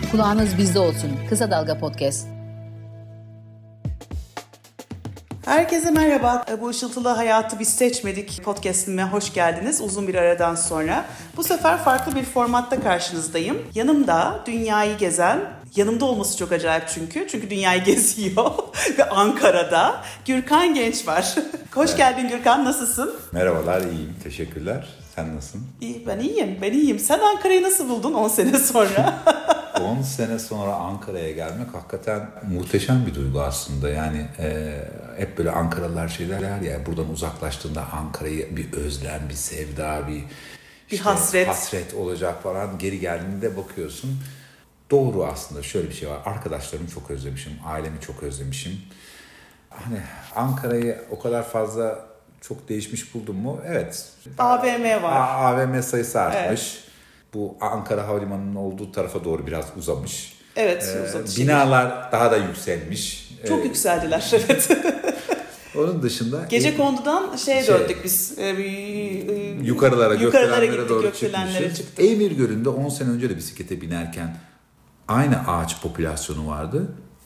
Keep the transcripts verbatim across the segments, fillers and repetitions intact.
Kulağınız bizde olsun. Kısa Dalga Podcast. Herkese merhaba. Bu ışıltılı hayatı biz seçmedik podcast'ime hoş geldiniz. Uzun bir aradan sonra. Bu sefer farklı bir formatta karşınızdayım. Yanımda dünyayı gezen, yanımda olması çok acayip çünkü. Çünkü dünyayı geziyor ve Ankara'da Gürkan Genç var. Hoş geldin Gürkan, nasılsın? Merhabalar, iyiyim. Teşekkürler. Sen nasılsın? İyi, ben iyiyim, ben iyiyim. Sen Ankara'yı nasıl buldun on sene sonra? on sene sonra Ankara'ya gelmek hakikaten muhteşem bir duygu aslında. Yani e, hep böyle Ankaralılar şey derler ya, buradan uzaklaştığında Ankara'yı bir özlem, bir sevda, bir, bir işte, hasret. hasret olacak falan. Geri geldiğinde bakıyorsun. Doğru aslında, şöyle bir şey var. Arkadaşlarımı çok özlemişim, ailemi çok özlemişim. Hani Ankara'yı o kadar fazla çok değişmiş buldum mu? Evet. A V M var. A V M sayısı artmış. Evet. Bu Ankara Havalimanı'nın olduğu tarafa doğru biraz uzamış. Evet, ee, uzamış. Binalar daha da yükselmiş. Çok ee, yükseldiler, evet. Onun dışında... Kondu'dan şeye şey, döndük biz. E, e, yukarılara, yukarılara gökdelenlere gittik, doğru gökdelenlere çıkmışız. Emirgölü'nde on sene önce de bisiklete binerken aynı ağaç popülasyonu vardı.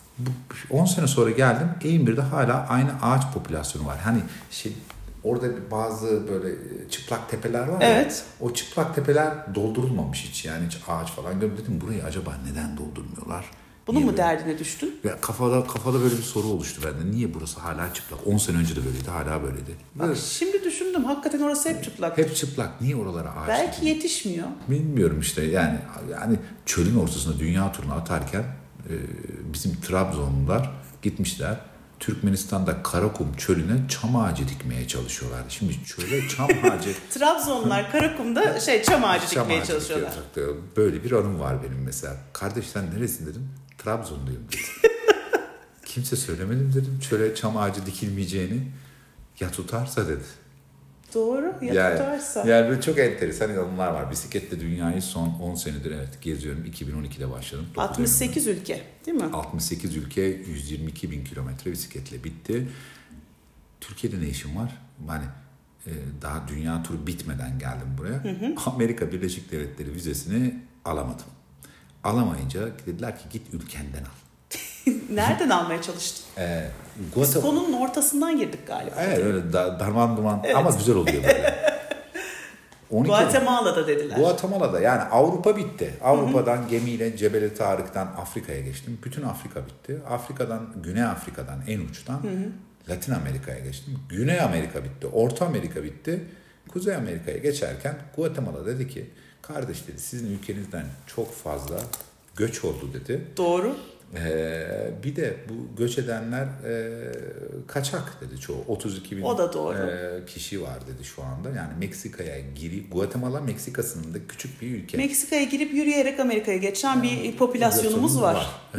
on sene sonra geldim, Emir'de hala aynı ağaç popülasyonu var. Hani şey... Orada bazı böyle çıplak tepeler var evet. ya, o çıplak tepeler doldurulmamış hiç, yani hiç ağaç falan görmedim. Dedim burayı acaba neden doldurmuyorlar? Bunun niye mu böyle? Derdine düştün? Ya kafada kafada böyle bir soru oluştu bende. Niye burası hala çıplak? on sene önce de böyleydi, hala böyleydi. Bak, şimdi düşündüm, hakikaten orası hep çıplak. Hep çıplak. Niye oralara ağaç? Belki değil? Yetişmiyor. Bilmiyorum işte, yani yani çölün ortasında dünya turunu atarken e, bizim Trabzonlular gitmişler. Türkmenistan'da Karakum çölüne çam ağacı dikmeye çalışıyorlar. Şimdi çöle çam ağacı... Trabzonlular Karakum'da şey çam ağacı çam dikmeye ağacı çalışıyorlar. Dikiyor. Böyle bir anım var benim mesela. Kardeş sen neresin dedim. Trabzonluyum dedim. Kimse söylemedim dedim. Çöle çam ağacı dikilmeyeceğini. Ya tutarsa dedi. Doğru, ya yani, tutarsa. Yani böyle çok enteresan anılar var. Bisikletle dünyayı son on senedir evet geziyorum. iki bin on ikide başladım. altmış sekiz ülke değil mi? altmış sekiz ülke, yüz yirmi iki bin kilometre bisikletle bitti. Türkiye'de ne işim var? Hani e, daha dünya turu bitmeden geldim buraya. Hı hı. Amerika Birleşik Devletleri vizesini alamadım. Alamayınca dediler ki git ülkenden al. Nereden almaya çalıştın? Ee, Biz konunun ortasından girdik galiba. Evet öyle da, darman duman evet. Ama güzel oluyor böyle. Guatemala'da dediler. Guatemala'da, yani Avrupa bitti. Avrupa'dan hı hı. gemiyle Cebeli Tarık'tan Afrika'ya geçtim. Bütün Afrika bitti. Afrika'dan, Güney Afrika'dan en uçtan hı hı. Latin Amerika'ya geçtim. Güney Amerika bitti. Orta Amerika bitti. Kuzey Amerika'ya geçerken Guatemala dedi ki kardeş dedi, sizin ülkenizden çok fazla göç oldu dedi. Doğru. Ee, bir de bu göç edenler e, kaçak dedi çoğu. otuz iki bin o da doğru. E, kişi var dedi şu anda. Yani Meksika'ya girip, Guatemala Meksika sınırında küçük bir ülke. Meksika'ya girip yürüyerek Amerika'ya geçen bir popülasyonumuz var. var. Ee,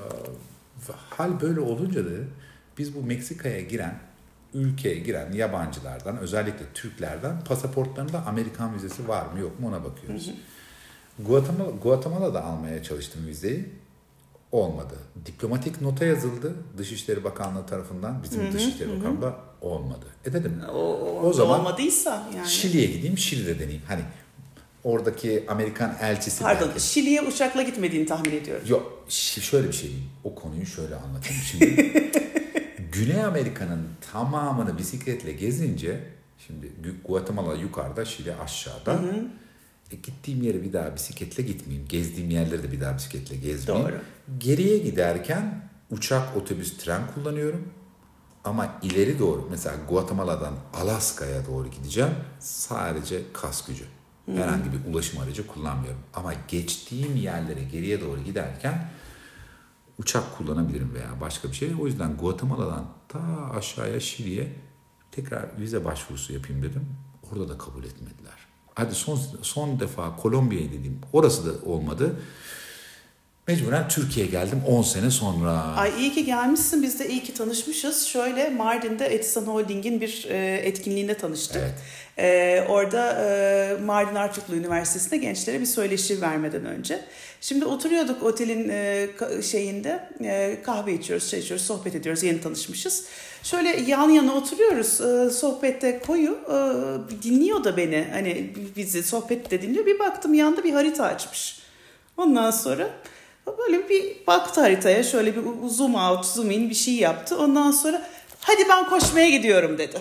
hal böyle olunca da biz bu Meksika'ya giren, ülkeye giren yabancılardan, özellikle Türklerden pasaportlarında Amerikan vizesi var mı yok mu ona bakıyoruz. Hı hı. Guatemala, Guatemala'da almaya çalıştım vizeyi. Olmadı. Diplomatik nota yazıldı Dışişleri Bakanlığı tarafından. Bizim hı hı, Dışişleri hı. Bakanlığı olmadı. E dedim o, o zaman olmadıysa yani. Şili'ye gideyim, Şili'de deneyeyim. Hani oradaki Amerikan elçisi... Pardon, belki. Şili'ye uçakla gitmediğini tahmin ediyorum. Yok, şöyle bir şey diyeyim. O konuyu şöyle anlatayım. Şimdi Güney Amerika'nın tamamını bisikletle gezince, şimdi Guatemala yukarıda, Şili aşağıda. Hı hı. E, gittiğim yere bir daha bisikletle gitmeyeyim. Gezdiğim yerleri de bir daha bisikletle gezmeyeyim. Doğru. Geriye giderken uçak, otobüs, tren kullanıyorum. Ama ileri doğru, mesela Guatemala'dan Alaska'ya doğru gideceğim. Sadece kas gücü. Hmm. Herhangi bir ulaşım aracı kullanmıyorum. Ama geçtiğim yerlere geriye doğru giderken uçak kullanabilirim veya başka bir şey. O yüzden Guatemala'dan ta aşağıya Şili'ye tekrar vize başvurusu yapayım dedim. Orada da kabul etmediler. Hadi son son defa Kolombiya'ya dedim. Orası da olmadı. Mecburen Türkiye'ye geldim on sene sonra. Ay iyi ki gelmişsin. Biz de iyi ki tanışmışız. Şöyle Mardin'de Etisan Holding'in bir e, etkinliğinde tanıştık. Evet. E, orada e, Mardin Artuklu Üniversitesi'nde gençlere bir söyleşi vermeden önce. Şimdi oturuyorduk otelin e, şeyinde e, kahve içiyoruz, çay içiyoruz, sohbet ediyoruz. Yeni tanışmışız. Şöyle yan yana oturuyoruz. E, sohbette koyu e, dinliyor da beni. Hani bizi sohbette dinliyor. Bir baktım yanda bir harita açmış. Ondan sonra Böyle bir baktı haritaya, şöyle bir zoom out, zoom in bir şey yaptı. Ondan sonra hadi ben koşmaya gidiyorum dedi.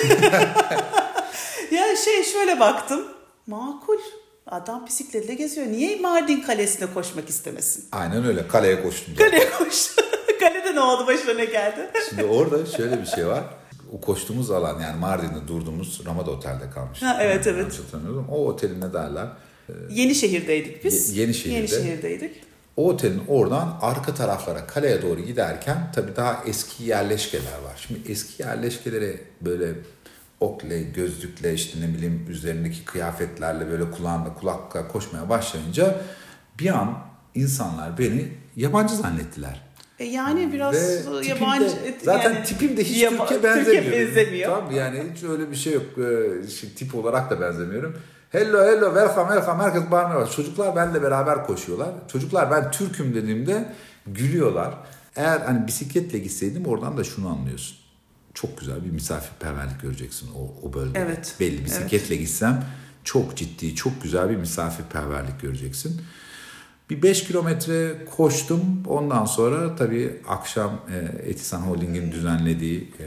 Ya şey şöyle baktım, makul. Adam bisikletle geziyor. Niye Mardin Kalesi'ne koşmak istemesin? Aynen öyle. Kaleye koştum. Kaleye koştu. Kalede ne oldu? Başına ne geldi? Şimdi orada şöyle bir şey var. O koştuğumuz alan, yani Mardin'de durduğumuz Ramada Otel'de kalmıştık. Ha, evet, yani evet. O otelin ne derler? Yenişehir'deydik biz. Ye- Yenişehir'de. Yenişehir'deydik. O otelin oradan arka taraflara, kaleye doğru giderken tabii daha eski yerleşkeler var. Şimdi eski yerleşkeleri böyle okle, gözlükle, işte ne bileyim üzerindeki kıyafetlerle böyle kulağında kulakla koşmaya başlayınca bir an insanlar beni yabancı zannettiler. E yani biraz Ve yabancı. de, zaten yani, tipim de hiç yaba, Türkiye benzemiyor. Türkiye benzemiyor. Tamam, yani hiç öyle bir şey yok. Ee, tip olarak da benzemiyorum. Hello hello welcome welcome herkes bağırmaya başlıyor. Çocuklar benimle beraber koşuyorlar. Çocuklar ben Türk'üm dediğimde gülüyorlar. Eğer hani bisikletle gitseydim oradan da şunu anlıyorsun. Çok güzel bir misafirperverlik göreceksin o, o bölgede. Evet. Belli bisikletle evet. gitsem çok ciddi, çok güzel bir misafirperverlik göreceksin. Bir beş kilometre koştum. Ondan sonra tabii akşam e, Etisan Holding'in düzenlediği e,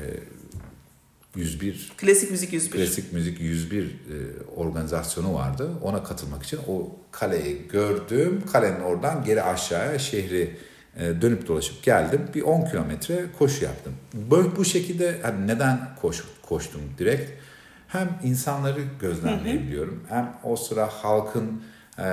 yüz bir Klasik Müzik yüz bir. Klasik Müzik yüz bir e, organizasyonu vardı. Ona katılmak için o kaleyi gördüm. Kalenin oradan geri aşağıya şehri e, dönüp dolaşıp geldim. Bir on kilometre koşu yaptım. Böyle bu şekilde hani neden koş, koştum direkt? Hem insanları gözlemleyebiliyorum. Hı hı. Hem o sıra halkın e,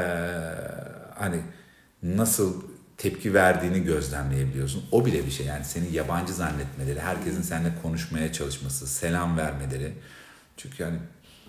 hani nasıl tepki verdiğini gözlemleyebiliyorsun. O bile bir şey, yani seni yabancı zannetmeleri, herkesin seninle konuşmaya çalışması, selam vermeleri. Çünkü yani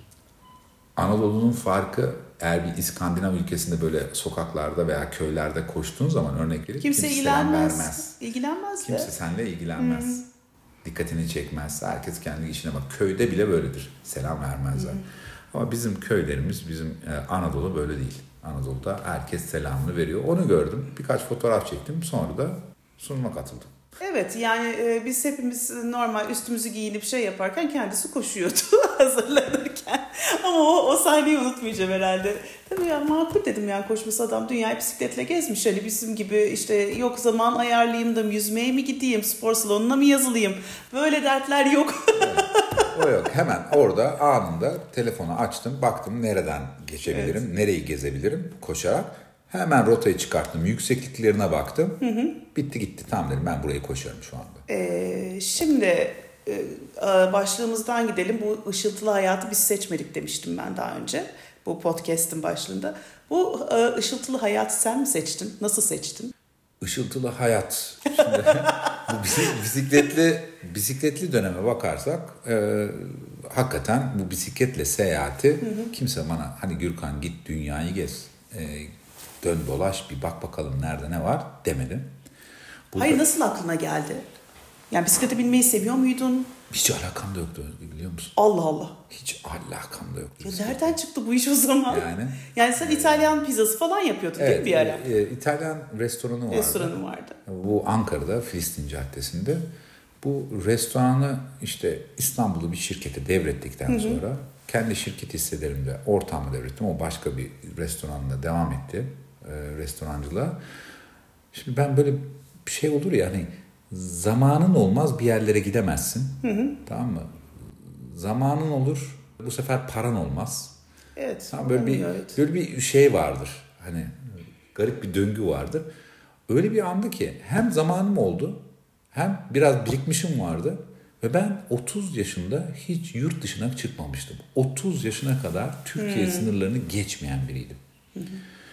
Anadolu'nun farkı, eğer bir İskandinav ülkesinde böyle sokaklarda veya köylerde koştuğun zaman örnek verip kimse, kimse selam vermez. İlgilenmez Kimse de. seninle ilgilenmez. Hmm. Dikkatini çekmez. Herkes kendi işine bak. Köyde bile böyledir. Selam vermezler. Hmm. Ama bizim köylerimiz, bizim Anadolu böyle değil. Anadolu'da herkes selamını veriyor. Onu gördüm. Birkaç fotoğraf çektim. Sonra da sunuma katıldım. Evet, yani e, biz hepimiz normal üstümüzü giyinip şey yaparken kendisi koşuyordu hazırlanırken. Ama o, o sahneyi unutmayacağım herhalde. Tabii ya makul dedim, yani koşması adam dünyayı bisikletle gezmiş. Hani bizim gibi işte yok zaman ayarlayayım da yüzmeye mi gideyim, spor salonuna mı yazılayım? Böyle dertler yok. Evet. O yok. Hemen orada anında telefonu açtım. Baktım nereden geçebilirim, evet. nereyi gezebilirim koşarak. Hemen rotayı çıkarttım. Yüksekliklerine baktım. Hı hı. Bitti gitti. Tamam dedim, ben burayı koşuyorum şu anda. Ee, şimdi e, başlığımızdan gidelim. Bu ışıltılı hayatı biz seçmedik demiştim ben daha önce. Bu podcast'ın başlığında. Bu e, ışıltılı hayatı sen mi seçtin? Nasıl seçtin? Işıltılı hayat. Şimdi bu bisikletli bisikletli döneme bakarsak e, hakikaten bu bisikletle seyahati hı hı. kimse bana hani Gürkan git dünyayı gez, e, dön dolaş bir bak bakalım nerede ne var demedi. Burada, hayır, nasıl aklına geldi? Yani bisiklete binmeyi seviyor muydun? Hiç alakam da yoktu, biliyor musun? Allah Allah. Hiç alakam da yoktu. Ya nereden çıktı bu iş o zaman? Yani. Yani sen e, İtalyan pizzası falan yapıyordun evet, değil mi bir ara? E, e, İtalyan restoranı vardı. Restoranı vardı. Bu Ankara'da Filistin Caddesi'nde. Bu restoranı işte İstanbul'u bir şirkete devrettikten hı-hı. sonra kendi şirket hisselerimde ortağımı devrettim. O başka bir restoranla devam etti. E, restorancılığa. Şimdi ben böyle bir şey olur ya, hani zamanın olmaz bir yerlere gidemezsin. Hı hı. Tamam mı? Zamanın olur, bu sefer paran olmaz. Evet. Tamam, böyle bir evet. böyle bir şey vardır. Hani garip bir döngü vardır. Öyle bir anda ki hem zamanım oldu, hem biraz birikmişim vardı ve ben otuz yaşında hiç yurt dışına çıkmamıştım. otuz yaşına kadar Türkiye hmm. sınırlarını geçmeyen biriydim. Hmm.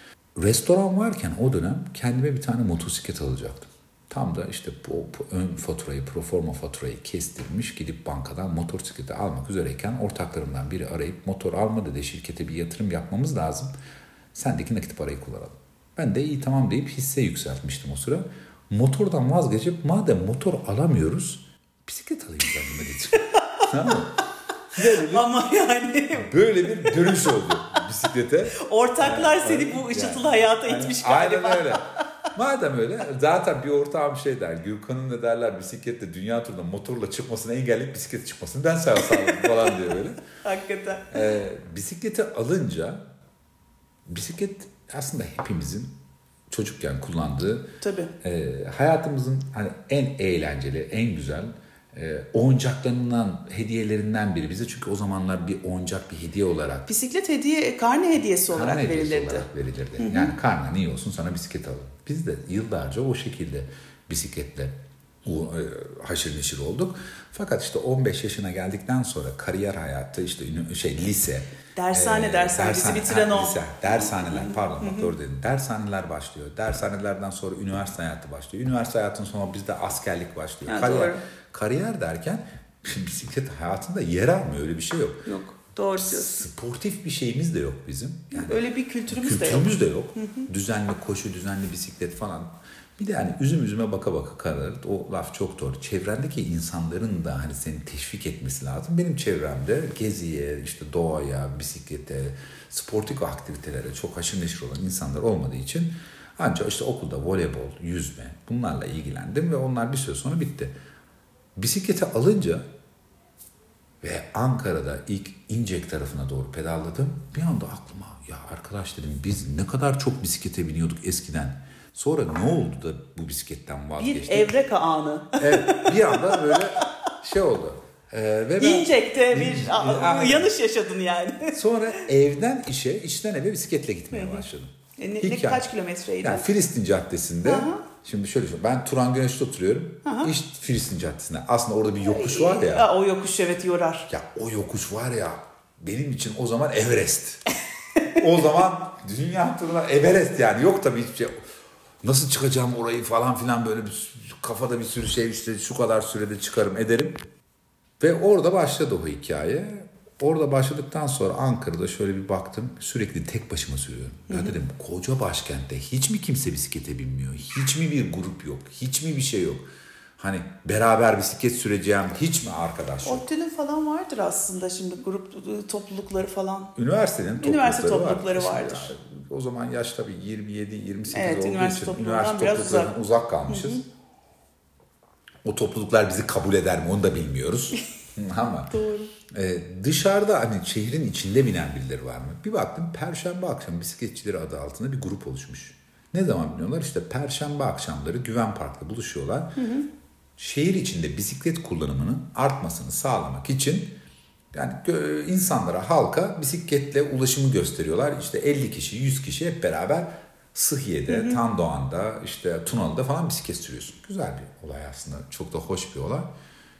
Restoran varken o dönem kendime bir tane motosiklet alacaktım. Tam da işte bu, bu ön faturayı, proforma faturayı kestirmiş, gidip bankadan motosikleti almak üzereyken ortaklarımdan biri arayıp motor alma dedi, şirkete bir yatırım yapmamız lazım. Sendeki nakit parayı kullanalım. Ben de iyi tamam deyip hisse yükseltmiştim o sıra. Motordan vazgeçip madem motor alamıyoruz bisiklet alayım ben dedim. Tamam mı? Bir, ama yani böyle bir dönüş oldu bisiklete. Ortaklar yani, seni bu ışıltılı yani, hayata yani, itmiş galiba. Aynen öyle. Madem öyle, zaten bir ortağım şey der, Gürkan'ın ne derler, bisikletle dünya turuna motorla çıkmasını engelleyip bisiklete çıkmasını ben sağ sağladım falan diyor böyle. Hakikaten. Ee, bisikleti alınca, bisiklet aslında hepimizin çocukken kullandığı Tabii. E, hayatımızın hani en eğlenceli, en güzel e, oyuncaklarından, hediyelerinden biri bize. Çünkü o zamanlar bir oyuncak, bir hediye olarak. Bisiklet hediye, karne hediyesi olarak karne hediyesi verilirdi. olarak verilirdi. Hı hı. Yani karnen iyi olsun, sana bisiklet alın. Biz de yıllarca o şekilde bisikletle o, e, haşır neşir olduk. Fakat işte on beş yaşına geldikten sonra kariyer hayatı, işte şey lise, dershane, e, dershane, dershane, bizi bitiren o. Lise, dershaneler, pardon bak doğru dedin. Dershaneler başlıyor. Dershanelerden sonra üniversite hayatı başlıyor. Üniversite hayatının sonra bizde askerlik başlıyor. Ha, kariyer, doğru. kariyer derken bisiklet hayatında yer almıyor, öyle bir şey yok. Yok. Doğru diyorsun. Sportif bir şeyimiz de yok bizim. Yani öyle bir kültürümüz, kültürümüz de yok. de yok. Hı hı. Düzenli koşu, düzenli bisiklet falan. Bir de hani üzüm üzüme baka baka karar. O laf çok doğru. Çevrendeki insanların da hani seni teşvik etmesi lazım. Benim çevremde geziye, işte doğaya, bisiklete, sportif aktivitelere çok haşır neşir olan insanlar olmadığı için ancak işte okulda voleybol, yüzme bunlarla ilgilendim ve onlar bir süre sonra bitti. Bisikleti alınca ve Ankara'da ilk İncek tarafına doğru pedalladım. Bir anda aklıma ya arkadaş dedim, biz ne kadar çok bisiklete biniyorduk eskiden. Sonra ne oldu da bu bisikletten vazgeçtik? Bir evreka anı. Evet, bir anda böyle şey oldu. Ee, ve ben, İncek'te bir a, yanlış yaşadın yani. Sonra evden işe, işten eve bisikletle gitmeye başladım. E, ne, ne, kaç kilometreydi? Yani Filistin Caddesi'nde. Aha. Şimdi şöyle söyleyeyim. Ben Turan Güneş'te oturuyorum. Aha. İş Filistin Caddesi'nde. Aslında orada bir yokuş var ya. ya. O yokuş evet yorar. Ya o yokuş var ya, benim için o zaman Everest. O zaman dünya turuna Everest yani. Yok tabii hiçbir şey. Nasıl çıkacağım orayı falan filan, böyle bir kafada bir sürü şey, işte şu kadar sürede çıkarım ederim. Ve orada başladı o hikaye. Orada başladıktan sonra Ankara'da şöyle bir baktım. Sürekli tek başıma sürüyorum. Ya dedim, koca başkentte hiç mi kimse bisiklete binmiyor? Hiç mi bir grup yok? Hiç mi bir şey yok? Hani beraber bisiklet süreceğim hiç mi arkadaş yok? ODTÜ'nün falan vardır aslında şimdi grup toplulukları falan. Üniversitenin toplulukları, Üniversite toplulukları var. vardır. İşte, o zaman yaş tabii yirmi yedi yirmi sekiz evet, olduğu üniversite için üniversite biraz topluluklarından uzak, uzak kalmışız. Hı hı. O topluluklar bizi kabul eder mi onu da bilmiyoruz. Ama doğru. E, dışarıda hani şehrin içinde binen birileri var mı? Bir baktım Perşembe akşam bisikletçileri adı altında bir grup oluşmuş. Ne zaman biniyorlar? İşte Perşembe akşamları Güven Park'ta buluşuyorlar. Hı hı. Şehir içinde bisiklet kullanımının artmasını sağlamak için yani insanlara, halka bisikletle ulaşımı gösteriyorlar. İşte elli kişi, yüz kişi hep beraber Sıhhiye'de, hı hı. Tandoğan'da, işte Tunalı'da falan bisiklet sürüyorsun. Güzel bir olay aslında. Çok da hoş bir olay.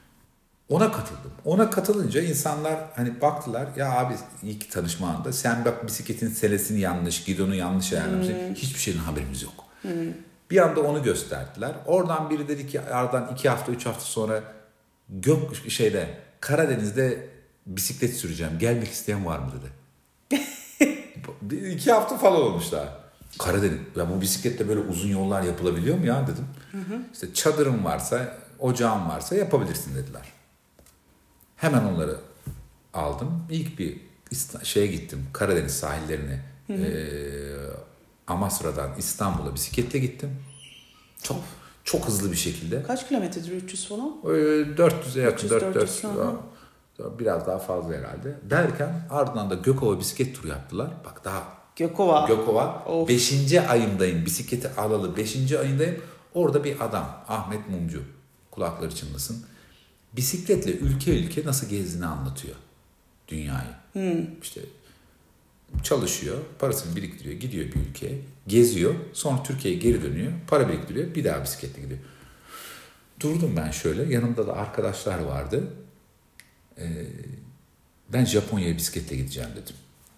Ona katıldım. Ona katılınca insanlar hani baktılar, ya abi ilk tanışma anında sen bak bisikletin selesini yanlış, gidonu yanlış ayarlamışsın. Hmm. Hiçbir şeyden haberimiz yok. Hmm. Bir anda onu gösterdiler. Oradan biri dedi ki aradan iki hafta, üç hafta sonra gök şeyde Karadeniz'de bisiklet süreceğim. Gelmek isteyen var mı dedi. iki hafta falan olmuş daha. Karadeniz, ya bu bisikletle böyle uzun yollar yapılabiliyor mu ya dedim. Hı hı. İşte çadırın varsa, ocağın varsa yapabilirsin dediler. Hemen onları aldım. İlk bir şeye gittim. Karadeniz sahillerine. Hı hı. E, Amasra'dan İstanbul'a bisikletle gittim. Çok çok hızlı bir şekilde. Kaç kilometredir? üç yüz falan? E, dört yüze yakın. dört yüz biraz daha fazla herhalde. Derken ardından da Gökova bisiklet turu yaptılar. Bak daha. Gökova. Gökova. Of. Beşinci ayımdayım. Bisikleti alalı. Beşinci ayındayım. Orada bir adam. Ahmet Mumcu. Kulakları çınlasın. Bisikletle ülke ülke nasıl gezdiğini anlatıyor dünyayı. Hmm. İşte çalışıyor, parasını biriktiriyor, gidiyor bir ülkeye, geziyor, sonra Türkiye'ye geri dönüyor, para biriktiriyor, bir daha bisikletle gidiyor. Durdum ben şöyle, yanımda da arkadaşlar vardı. Ee, ben Japonya'ya bisikletle gideceğim dedim.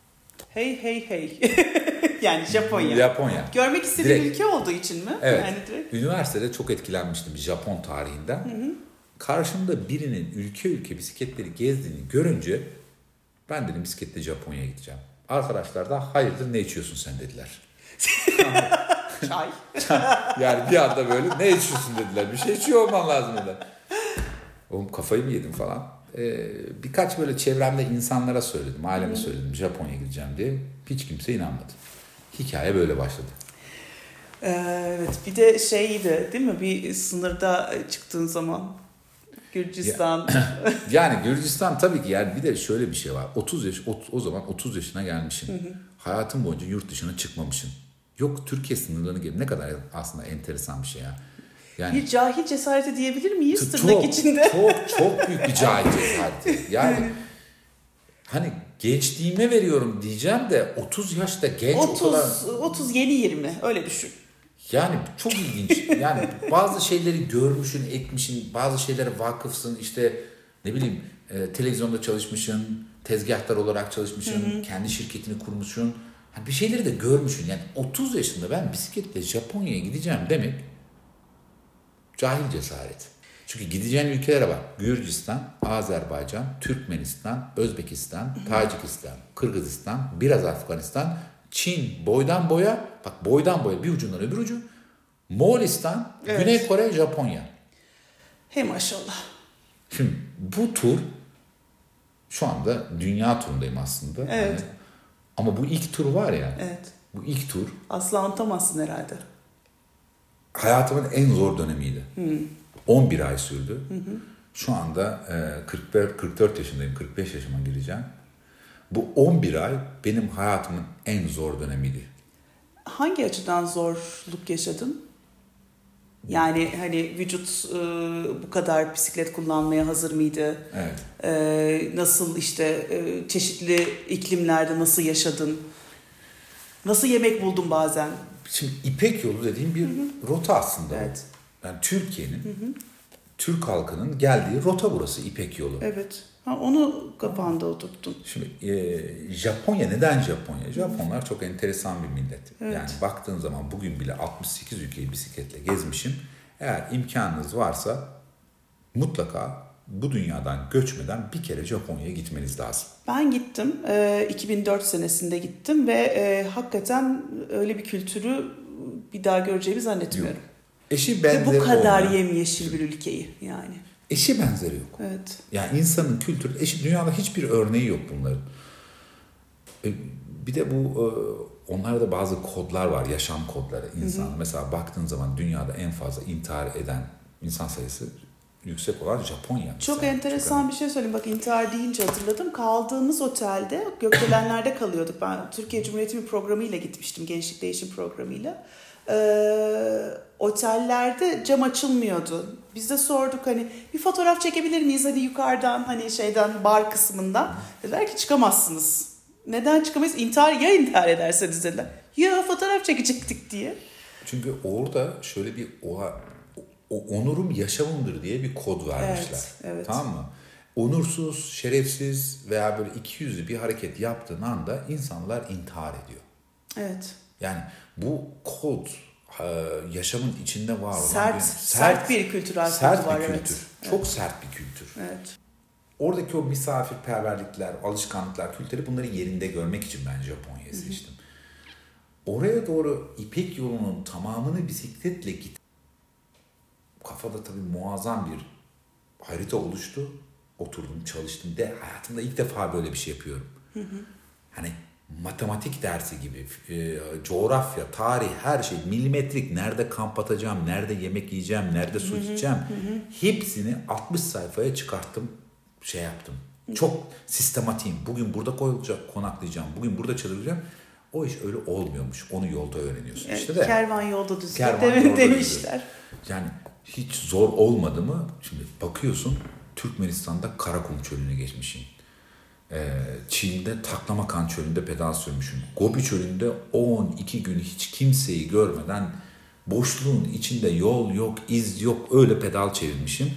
Hey hey hey. Yani Japonya. Japonya. Görmek istediğin ülke olduğu için mi? Evet. Yani direkt. Üniversitede çok etkilenmiştim Japon tarihinden. Hı hı. Karşımda birinin ülke ülke bisikletleri gezdiğini görünce ben dedim bisikletle Japonya'ya gideceğim. Arkadaşlar da hayırdır ne içiyorsun sen dediler. Çay. Yani bir anda böyle ne içiyorsun dediler. Bir şey içiyor olman lazım dediler. Oğlum kafayı mı yedim falan. Ee, birkaç böyle çevremde insanlara söyledim. Aileme hmm. söyledim Japonya'ya gideceğim diye. Hiç kimse inanmadı. Hikaye böyle başladı. Evet, bir de şeydi değil mi? Bir sınırda çıktığın zaman Gürcistan. Yani Gürcistan tabii ki, yani bir de şöyle bir şey var. otuz yaş o, o zaman otuz yaşına gelmişsin. Hı hı. Hayatın boyunca yurt dışına çıkmamışsın. Yok Türkiye sınırlarını gibi. Ne kadar aslında enteresan bir şey ya. Yani bir cahil cesareti diyebilir miyiz çok, tırnak içinde? Çok çok büyük bir cahil cesareti. Yani hani gençliğime veriyorum diyeceğim de otuz yaşta genç otuz, o kadar... otuz yeni yirmi öyle düşün. Yani çok ilginç. Yani bazı şeyleri görmüşsün, etmişsin, bazı şeylere vakıfsın. İşte ne bileyim e, televizyonda çalışmışsın, tezgahtar olarak çalışmışsın, hı hı. kendi şirketini kurmuşsun. Yani bir şeyleri de görmüşsün. Yani otuz yaşında ben bisikletle Japonya'ya gideceğim demek cahil cesaret. Çünkü gideceğin ülkelere bak. Gürcistan, Azerbaycan, Türkmenistan, Özbekistan, hı hı. Tacikistan, Kırgızistan, biraz Afganistan, Çin, boydan boya, bak boydan boya bir ucundan öbür ucu, Moğolistan, evet. Güney Kore, Japonya. Hey maşallah. Şimdi bu tur, şu anda dünya turundayım aslında. Evet. Yani, ama bu ilk tur var ya, evet. bu ilk tur. Asla unutamazsın herhalde. Hayatımın en zor dönemiydi. Hmm. on bir ay sürdü. Hı hı. Şu anda kırk beş, kırk dört yaşındayım, kırk beş yaşıma gireceğim. Bu on bir ay benim hayatımın en zor dönemiydi. Hangi açıdan zorluk yaşadın? Yani hani vücut e, bu kadar bisiklet kullanmaya hazır mıydı? Evet. E, nasıl işte e, çeşitli iklimlerde nasıl yaşadın? Nasıl yemek buldun bazen? Şimdi İpek Yolu dediğim bir hı hı. rota aslında. Evet. Yani Türkiye'nin, hı hı. Türk halkının geldiği rota burası İpek Yolu. Evet. Ha, onu kafanda oturttun. Şimdi e, Japonya neden Japonya? Japonlar çok enteresan bir millet. Evet. Yani baktığın zaman bugün bile altmış sekiz ülkeyi bisikletle gezmişim. Eğer imkanınız varsa mutlaka bu dünyadan göçmeden bir kere Japonya'ya gitmeniz lazım. Ben gittim. E, iki bin dört senesinde gittim ve e, hakikaten öyle bir kültürü bir daha göreceğimi zannetmiyorum. Yok. Eşi benzeri ve bu kadar olmayan, yemyeşil bir ülkeyi yani. Eşi benzeri yok. Evet. Yani insanın kültürü, eşi, dünyada hiçbir örneği yok bunların. E, bir de bu e, onlarda bazı kodlar var, yaşam kodları insan. Hı hı. Mesela baktığın zaman dünyada en fazla intihar eden insan sayısı yüksek olan Japonya. Çok enteresan çok bir şey söyleyeyim. Bak intihar deyince hatırladım. Kaldığımız otelde Gökdelenler'de kalıyorduk. Ben Türkiye Cumhuriyeti bir programıyla gitmiştim. Gençlik Değişim Programı'yla. Ee, otellerde cam açılmıyordu. Biz de sorduk hani bir fotoğraf çekebilir miyiz hani yukarıdan hani şeyden bar kısmından. Dediler ki çıkamazsınız. Neden çıkamayız? İntihar ya intihar ederseniz dediler. Ya fotoğraf çekecektik diye. Çünkü orada şöyle bir oha, o onurum yaşamımdır diye bir kod vermişler. Evet, evet. Tamam mı? Onursuz, şerefsiz veya böyle iki yüzlü bir hareket yaptığın anda insanlar intihar ediyor. Evet. Yani bu kod yaşamın içinde var olan sert, bir, sert, sert bir kültürel sert var. Bir kültür. Evet. Çok evet. sert bir kültür. Evet. Oradaki o misafirperverlikler, alışkanlıklar, kültürü bunları yerinde görmek için ben Japonya'yı seçtim. Oraya doğru İpek Yolu'nun tamamını bisikletle git. Kafada tabii muazzam bir harita oluştu. Oturdum, çalıştım de hayatımda ilk defa böyle bir şey yapıyorum. Hı hı. Hani matematik dersi gibi, e, coğrafya, tarih, her şey milimetrik, nerede kamp atacağım, nerede yemek yiyeceğim, nerede su içeceğim, hı hı. hepsini altmış sayfaya çıkarttım, şey yaptım. Hı hı. Çok sistematiğim. Bugün burada koyulacak, konaklayacağım, bugün burada çalışacağım. O iş öyle olmuyormuş. Onu yolda öğreniyorsun. Evet, işte de. Kervan yolda düzülür Kervan demişler. Yani hiç zor olmadı mı? Şimdi bakıyorsun Türkmenistan'da Karakum çölüne geçmişsin. Çin'de Taklamakan çölünde pedal sürmüşüm. Gobi çölünde on iki gün hiç kimseyi görmeden boşluğun içinde yol yok, iz yok öyle pedal çevirmişim.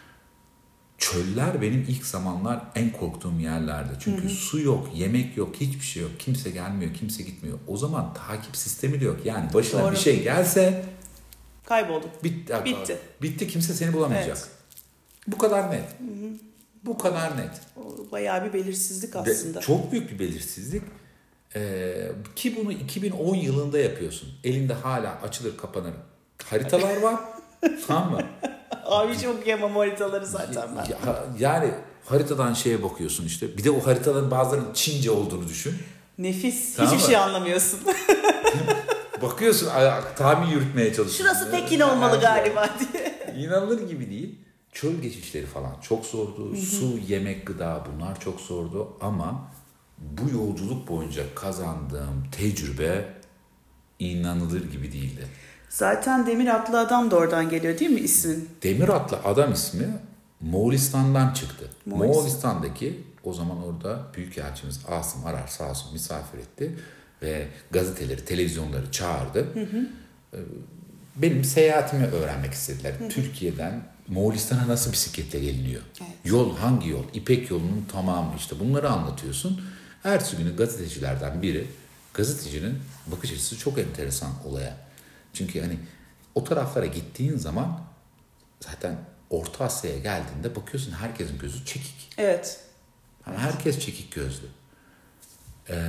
Çöller benim ilk zamanlar en korktuğum yerlerdi. Çünkü hı hı. su yok, yemek yok, hiçbir şey yok. Kimse gelmiyor, kimse gitmiyor. O zaman takip sistemi de yok. Yani başına Doğru. bir şey gelse kayboldum. Bit, bitti. Bitti, kimse seni bulamayacak. Evet. Bu kadar net. Hı hı. Bu kadar net. O bayağı bir belirsizlik aslında. Be, çok büyük bir belirsizlik. Ee, ki bunu iki bin on yılında yapıyorsun. Elinde hala açılır kapanır haritalar var. Tamam mı? Abi çok okuyamam haritaları zaten ben. Ya, yani haritadan şeye bakıyorsun işte. Bir de o haritaların bazılarının Çince olduğunu düşün. Nefis. Tamam Hiçbir mı? Şey anlamıyorsun. Bakıyorsun tahmin yürütmeye çalışıyorsun. Şurası Pekin yani, olmalı galiba diye. İnanılır gibi değil. Çöl geçişleri falan çok zordu. Hı hı. Su, yemek, gıda bunlar çok zordu. Ama bu yolculuk boyunca kazandığım tecrübe inanılır gibi değildi. Zaten Demir Atlı Adam da oradan geliyor değil mi ismin? Demir Atlı Adam ismi Moğolistan'dan çıktı. Moğolistan. Moğolistan'daki o zaman orada Büyükelçimiz Asım Arar sağ olsun misafir etti ve gazeteleri, televizyonları çağırdı. Hı hı. Benim seyahatimi öğrenmek istediler. Hı hı. Türkiye'den Moğolistan'a nasıl bisikletle geliniyor? Evet. Yol hangi yol? İpek yolunun tamamı işte. Bunları anlatıyorsun. Ertesi günü gazetecilerden biri, gazetecinin bakış açısı çok enteresan olaya. Çünkü hani o taraflara gittiğin zaman zaten Orta Asya'ya geldiğinde bakıyorsun herkesin gözü çekik. Evet. Yani herkes çekik gözlü. Ee,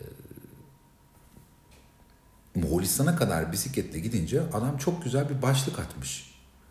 Moğolistan'a kadar bisikletle gidince adam çok güzel bir başlık atmış.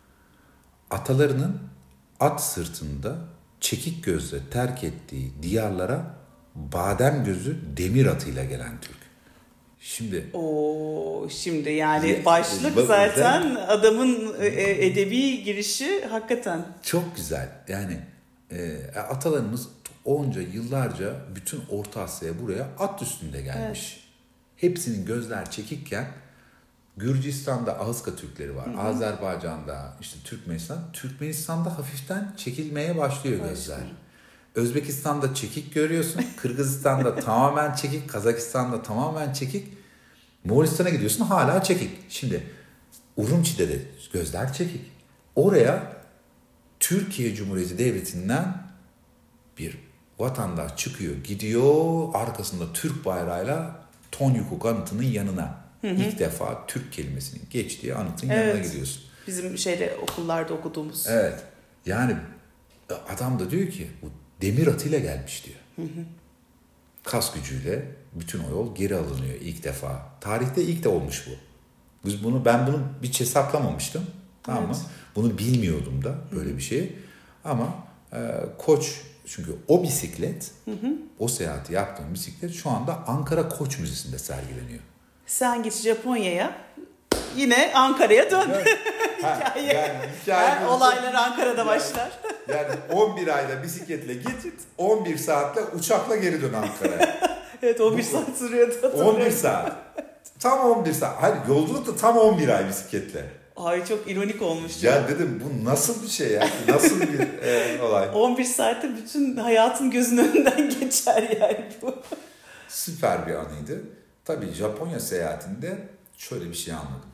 Atalarının at sırtında çekik gözle terk ettiği diyarlara badem gözü demir atıyla gelen Türk. Şimdi o şimdi yani ye, başlık bak, zaten güzel. Adamın e, edebi girişi hakikaten Çok güzel. Yani e, atalarımız onca yıllarca bütün Orta Asya'ya buraya at üstünde gelmiş. Evet. Hepsinin gözler çekikken Gürcistan'da Ahıska Türkleri var. Hı hı. Azerbaycan'da işte Türkmenistan. Türkmenistan'da hafiften çekilmeye başlıyor gözler. Başlıyor. Özbekistan'da çekik görüyorsun. Kırgızistan'da tamamen çekik. Kazakistan'da tamamen çekik. Moğolistan'a gidiyorsun hala çekik. Şimdi Urumçi'de de gözler çekik. Oraya Türkiye Cumhuriyeti Devleti'nden bir vatandaş çıkıyor. Gidiyor arkasında Türk bayrağıyla Tonyukuk anıtının yanına. Hı hı. İlk defa Türk kelimesinin geçtiği anıtın evet. yanına gidiyorsun. Bizim şeyde okullarda okuduğumuz. Evet. Yani adam da diyor ki bu demir atıyla gelmiş diyor. Hı hı. Kas gücüyle bütün o yol geri alınıyor ilk defa. Tarihte ilk de olmuş bu. Biz bunu ben bunu hiç hesaplamamıştım. Tamam evet. mı? Bunu bilmiyordum da böyle hı. bir şeyi. Ama e, Koç çünkü o bisiklet, hı hı. o seyahati yaptığım bisiklet şu anda Ankara Koç Müzesi'nde sergileniyor. Sen git Japonya'ya, yine Ankara'ya dön. Evet. Ha, hikaye, yani hikaye her olaylar Ankara'da yani, başlar. Yani on bir ayda bisikletle git, on bir saatle uçakla geri dön Ankara'ya. Evet on bir Bu, saat sürüyordu. on bir saat. Tam on bir saat. Hayır yolculuk da tam on bir ay bisikletle. Ay çok ironik olmuş. Ya ya dedim bu nasıl bir şey ya? Nasıl bir e, olay? on bir saatte bütün hayatın gözünün önünden geçer yani bu. Süper bir anıydı. Tabii Japonya seyahatinde şöyle bir şey anladım.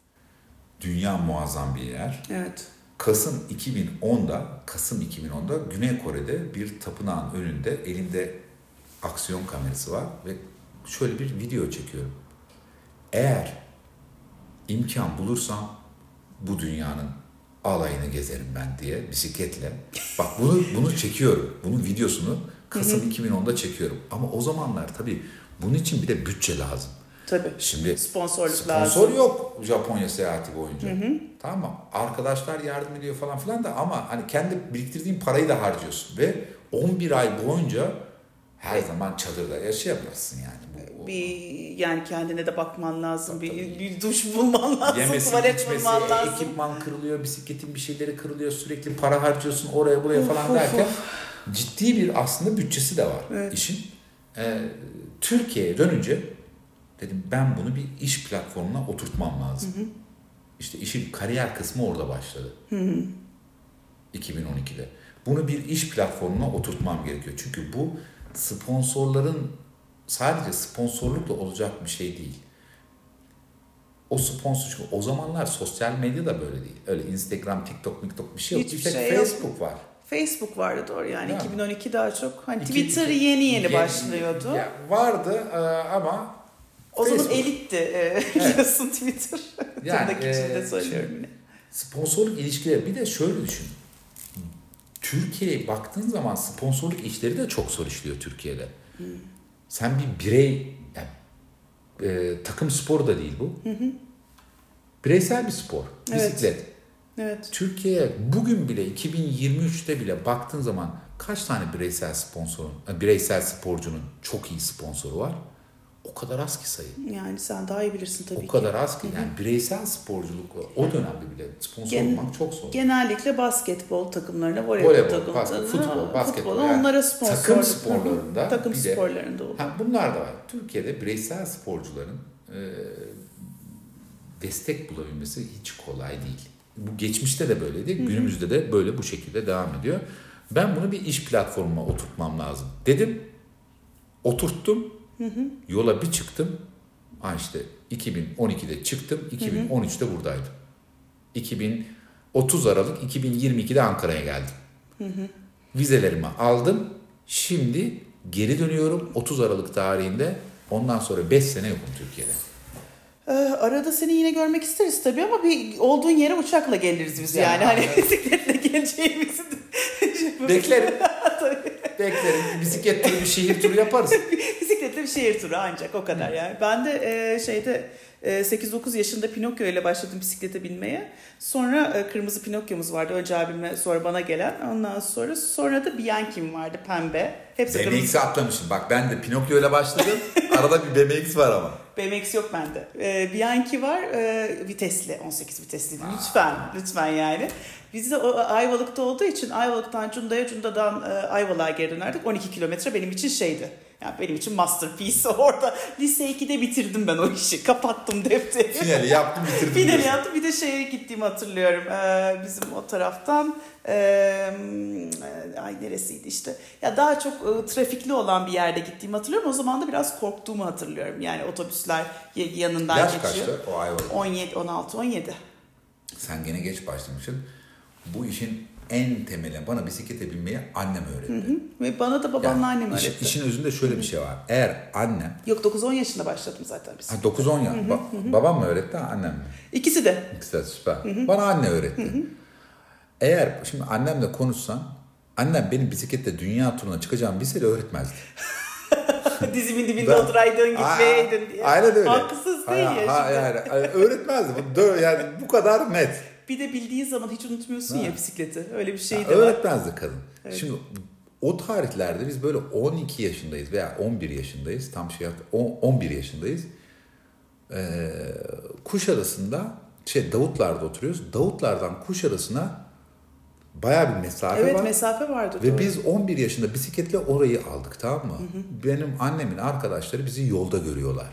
Dünya muazzam bir yer. Evet. Kasım iki bin onda, Kasım iki bin onda Güney Kore'de bir tapınağın önünde elimde aksiyon kamerası var ve şöyle bir video çekiyorum. Eğer imkan bulursam bu dünyanın alayını gezerim ben diye bisikletle. Bak bunu bunu çekiyorum. Bunun videosunu Kasım iki bin onda çekiyorum. Ama o zamanlar tabii bunun için bir de bütçe lazım. Tabii. Şimdi sponsorluk sponsor lazım. yok Japonya seyahati boyunca. Hı hı. Tamam mı? Arkadaşlar yardım ediyor falan filan da ama hani kendi biriktirdiğin parayı da harcıyorsun ve on bir ay boyunca her evet. zaman çadırda yaşayamazsın yani. Bu, bir yani kendine de bakman lazım. Bir, bir duş bulman lazım. Yemesi, tuvalet içmesi, bulman lazım. ekipman kırılıyor, bisikletin bir şeyleri kırılıyor, sürekli para harcıyorsun oraya buraya falan of, derken of. ciddi bir aslında bütçesi de var evet. işin. Ee, Türkiye'ye dönünce dedim ben bunu bir iş platformuna oturtmam lazım. Hı hı. İşte işin kariyer kısmı orada başladı. Hı hı. iki bin on ikide. Bunu bir iş platformuna oturtmam gerekiyor. Çünkü bu sponsorların sadece sponsorlukla olacak bir şey değil. O sponsor çünkü o zamanlar sosyal medya da böyle değil. Öyle Instagram, TikTok, TikTok bir şey yok. Hiçbir şey Facebook yok. var. Facebook vardı doğru yani, yani. iki bin on iki daha çok hani İki, Twitter iki, yeni yeni yeni başlıyordu. Ya vardı ama o Facebook. Zaman elitti e, biliyorsun evet. Twitter. Yani Tırnak içinde söylüyorum yine. Sponsorluk ilişkileri bir de şöyle düşün. Türkiye'ye baktığın zaman sponsorluk işleri de çok zor işliyor Türkiye'de. Hmm. Sen bir birey yani, e, takım sporu da değil bu. Hı hı. Bireysel bir spor. Bisiklet. Evet. Evet. Türkiye'ye bugün bile iki bin yirmi üçte bile baktığın zaman kaç tane bireysel sponsorun, bireysel sporcunun çok iyi sponsoru var? O kadar az ki sayı. Yani sen daha iyi bilirsin tabii o ki. O kadar az ki. Yani Hı-hı. bireysel sporculuk o dönemde bile sponsor Gen- olmak çok zor. Genellikle basketbol takımlarına, voleybol, voleybol takımlarına, basket, futbol, basketbol. Yani onlara sponsor. Takım sporlarında. Takım sporlarında olur. Ha, bunlar da var. Türkiye'de bireysel sporcuların e, destek bulabilmesi hiç kolay değil. Bu geçmişte de böyleydi, Hı-hı. günümüzde de böyle bu şekilde devam ediyor. Ben bunu bir iş platformuna oturtmam lazım dedim. Oturttum, Hı-hı. yola bir çıktım. Ha işte iki bin on ikide çıktım, iki bin on üçte buradaydım. iki bin otuz Aralık iki bin yirmi ikide Ankara'ya geldim. Hı-hı. Vizelerimi aldım. Şimdi geri dönüyorum otuz Aralık tarihinde. Ondan sonra beş sene yokum Türkiye'de. Ee, arada seni yine görmek isteriz tabii ama bir olduğun yere uçakla geliriz biz yani. yani. Hani bisikletle geleceğimizi beklerim. Beklerim. Bisiklet turu, bir şehir turu yaparız. Bisikletle bir şehir turu ancak o kadar yani. Ben de e, şeyde e, sekiz dokuz yaşında Pinokyo ile başladım bisiklete binmeye. Sonra e, kırmızı Pinokyo'muz vardı. Önce abime sonra bana gelen. Ondan sonra sonra da Bianchi'm vardı pembe. Hepsi B M X'i atlamışım. Bak ben de Pinokyo ile başladım. Arada bir B M X var ama. B M X yok bende. E, Bianchi var e, vitesli. on sekiz vitesli. Lütfen. Lütfen yani. Biz de o Ayvalık'ta olduğu için Ayvalık'tan Cunda'ya, Cunda'dan e, Ayvalık'a geri dönerdik. on iki kilometre benim için şeydi. Yani benim için masterpiece orada. Lise ikide bitirdim ben o işi. Kapattım defteri. Finali yaptım bitirdim. Finali yaptım. Bir de şeye gittiğimi hatırlıyorum. Ee, bizim o taraftan. Ee, ay neresiydi işte. Ya daha çok e, trafikli olan bir yerde gittiğimi hatırlıyorum. O zaman da biraz korktuğumu hatırlıyorum. Yani otobüsler yanından Yaş geçiyor. Yaş kaçtı o Ayvalık? on yedi, on altı, on yedi. Sen gene geç başlamışsın. Bu işin en temeli bana bisiklete binmeyi annem öğretti. Hı hı. Ve bana da babamla yani annem öğretti. Iş, işin özünde şöyle bir şey var. Eğer annem... Yok dokuz on yaşında başladım zaten bisiklete. dokuz on ya. Ba- babam mı öğretti annem mi? İkisi de. İkisi de süper. Hı hı. Bana anne öğretti. Hı hı. Eğer şimdi annemle konuşsan annem benim bisikletle dünya turuna çıkacağımı bilseydi öğretmezdi. Dizimin dibinde ben, oturaydın gitmeyeydin diye. Aynen öyle. Haksız değil ha, ya. Ha, yani, öğretmezdi. Yani bu kadar net. Bir de bildiğin zaman hiç unutmuyorsun ha. ya bisikleti. Öyle bir şey de ha, var. Öğretmezdi kadın. Evet. Şimdi o tarihlerde biz böyle on iki yaşındayız veya on bir yaşındayız. Tam şey on bir yaşındayız. Ee, Kuşadası'nda şey Davutlar'da oturuyoruz. Davutlar'dan Kuşadası'na bayağı bir mesafe evet, var. Evet mesafe vardı. Ve doğru. biz on bir yaşında bisikletle orayı aldık, tamam mı? Hı hı. Benim annemin arkadaşları bizi yolda görüyorlar.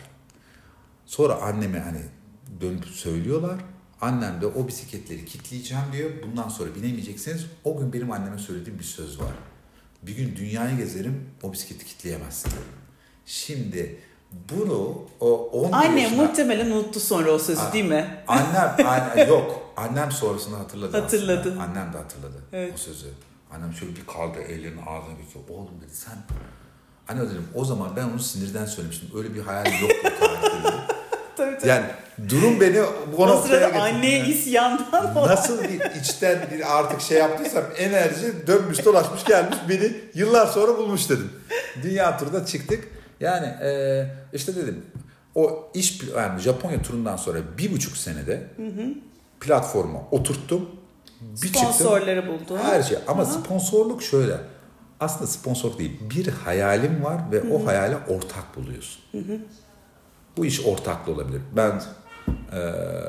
Sonra anneme hani dönüp söylüyorlar. Annem de o bisikletleri kilitleyeceğim diyor. Bundan sonra binemeyeceksiniz. O gün benim anneme söylediğim bir söz var. Bir gün dünyayı gezerim, o bisikleti kilitleyemezsin. Şimdi bunu o on bir Anne yaşına... muhtemelen unuttu sonra o sözü, A- değil mi? Annem, anne, yok. Annem sonrasında hatırladı. Hatırladı. Aslında. Annem de hatırladı evet. o sözü. Annem şöyle bir kaldı, ellerini ağzına götürdü. Oğlum dedi sen... Anne dedim o zaman ben onu sinirden söylemiştim. Öyle bir hayal yoktu. Tabii, tabii. Yani durum beni bu noktaya getirdi. Anneye yani. isyandan nasıl bir içten bir artık şey yaptıysam enerji dönmüş dolaşmış gelmiş beni yıllar sonra bulmuş dedim. Dünya turuna çıktık. Yani e, işte dedim o iş yani Japonya turundan sonra bir buçuk senede hı hı. platforma oturttum. Bir sponsorları buldu. Her şey ama hı-hı. Sponsorluk şöyle. Aslında sponsor değil. Bir hayalim var ve hı-hı. o hayale ortak buluyorsun. Hı-hı. Bu iş ortaklı olabilir. Ben e,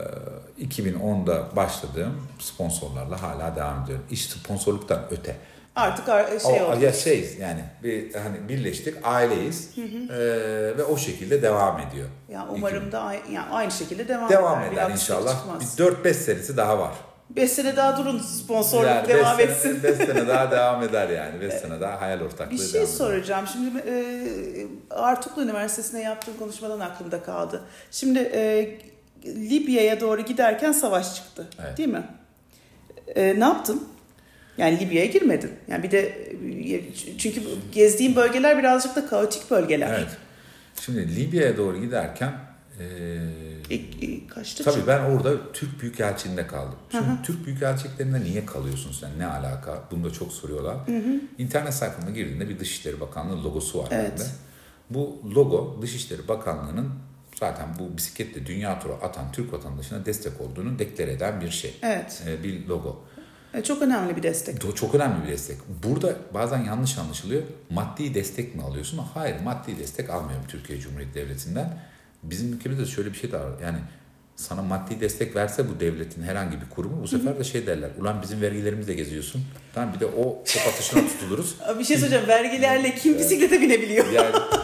iki bin onda başladığım sponsorlarla hala devam ediyorum. İş sponsorluktan öte. Artık şey oldu. Ya şey yani bir hani birleştik, aileyiz hı hı. E, ve o şekilde devam ediyor. Ya umarım da aynı, yani aynı şekilde devam, devam eder. eder inşallah. Bir dört beş senesi daha var. beş sene daha durun sponsorluk yani devam beş etsin. beş sene daha devam eder yani. beş sene daha hayal ortaklığı bir şey devam soracağım. Eder. Şimdi e, Artuklu Üniversitesi'nde yaptığım konuşmadan aklımda kaldı. Şimdi e, Libya'ya doğru giderken savaş çıktı. Evet. Değil mi? E, ne yaptın? Yani Libya'ya girmedin. Yani bir de çünkü gezdiğim bölgeler birazcık da kaotik bölgeler. Evet. Şimdi Libya'ya doğru giderken e, e, kaçtı? Tabii ben orada Türk Büyükelçiliğinde kaldım. Şimdi hı hı. Türk Büyükelçiliklerinde niye kalıyorsun sen? Ne alaka? Bunu da çok soruyorlar. Hı hı. İnternet sayfama girdiğinde bir Dışişleri Bakanlığı logosu var evet. bende. Bu logo Dışişleri Bakanlığı'nın zaten bu bisikletle dünya turu atan Türk vatandaşına destek olduğunu deklare eden bir şey. Evet. Ee, bir logo. Çok önemli bir destek. Çok önemli bir destek. Burada bazen yanlış anlaşılıyor. Maddi destek mi alıyorsun? Hayır, maddi destek almıyorum Türkiye Cumhuriyeti Devleti'nden. Bizim ülkemizde şöyle bir şey de var. Yani sana maddi destek verse bu devletin herhangi bir kurumu bu sefer de şey derler. Ulan bizim vergilerimizle geziyorsun. Tamam bir de o top atışına tutuluruz. Bir şey söyleyeceğim. Vergilerle kim bisiklete binebiliyor? Yani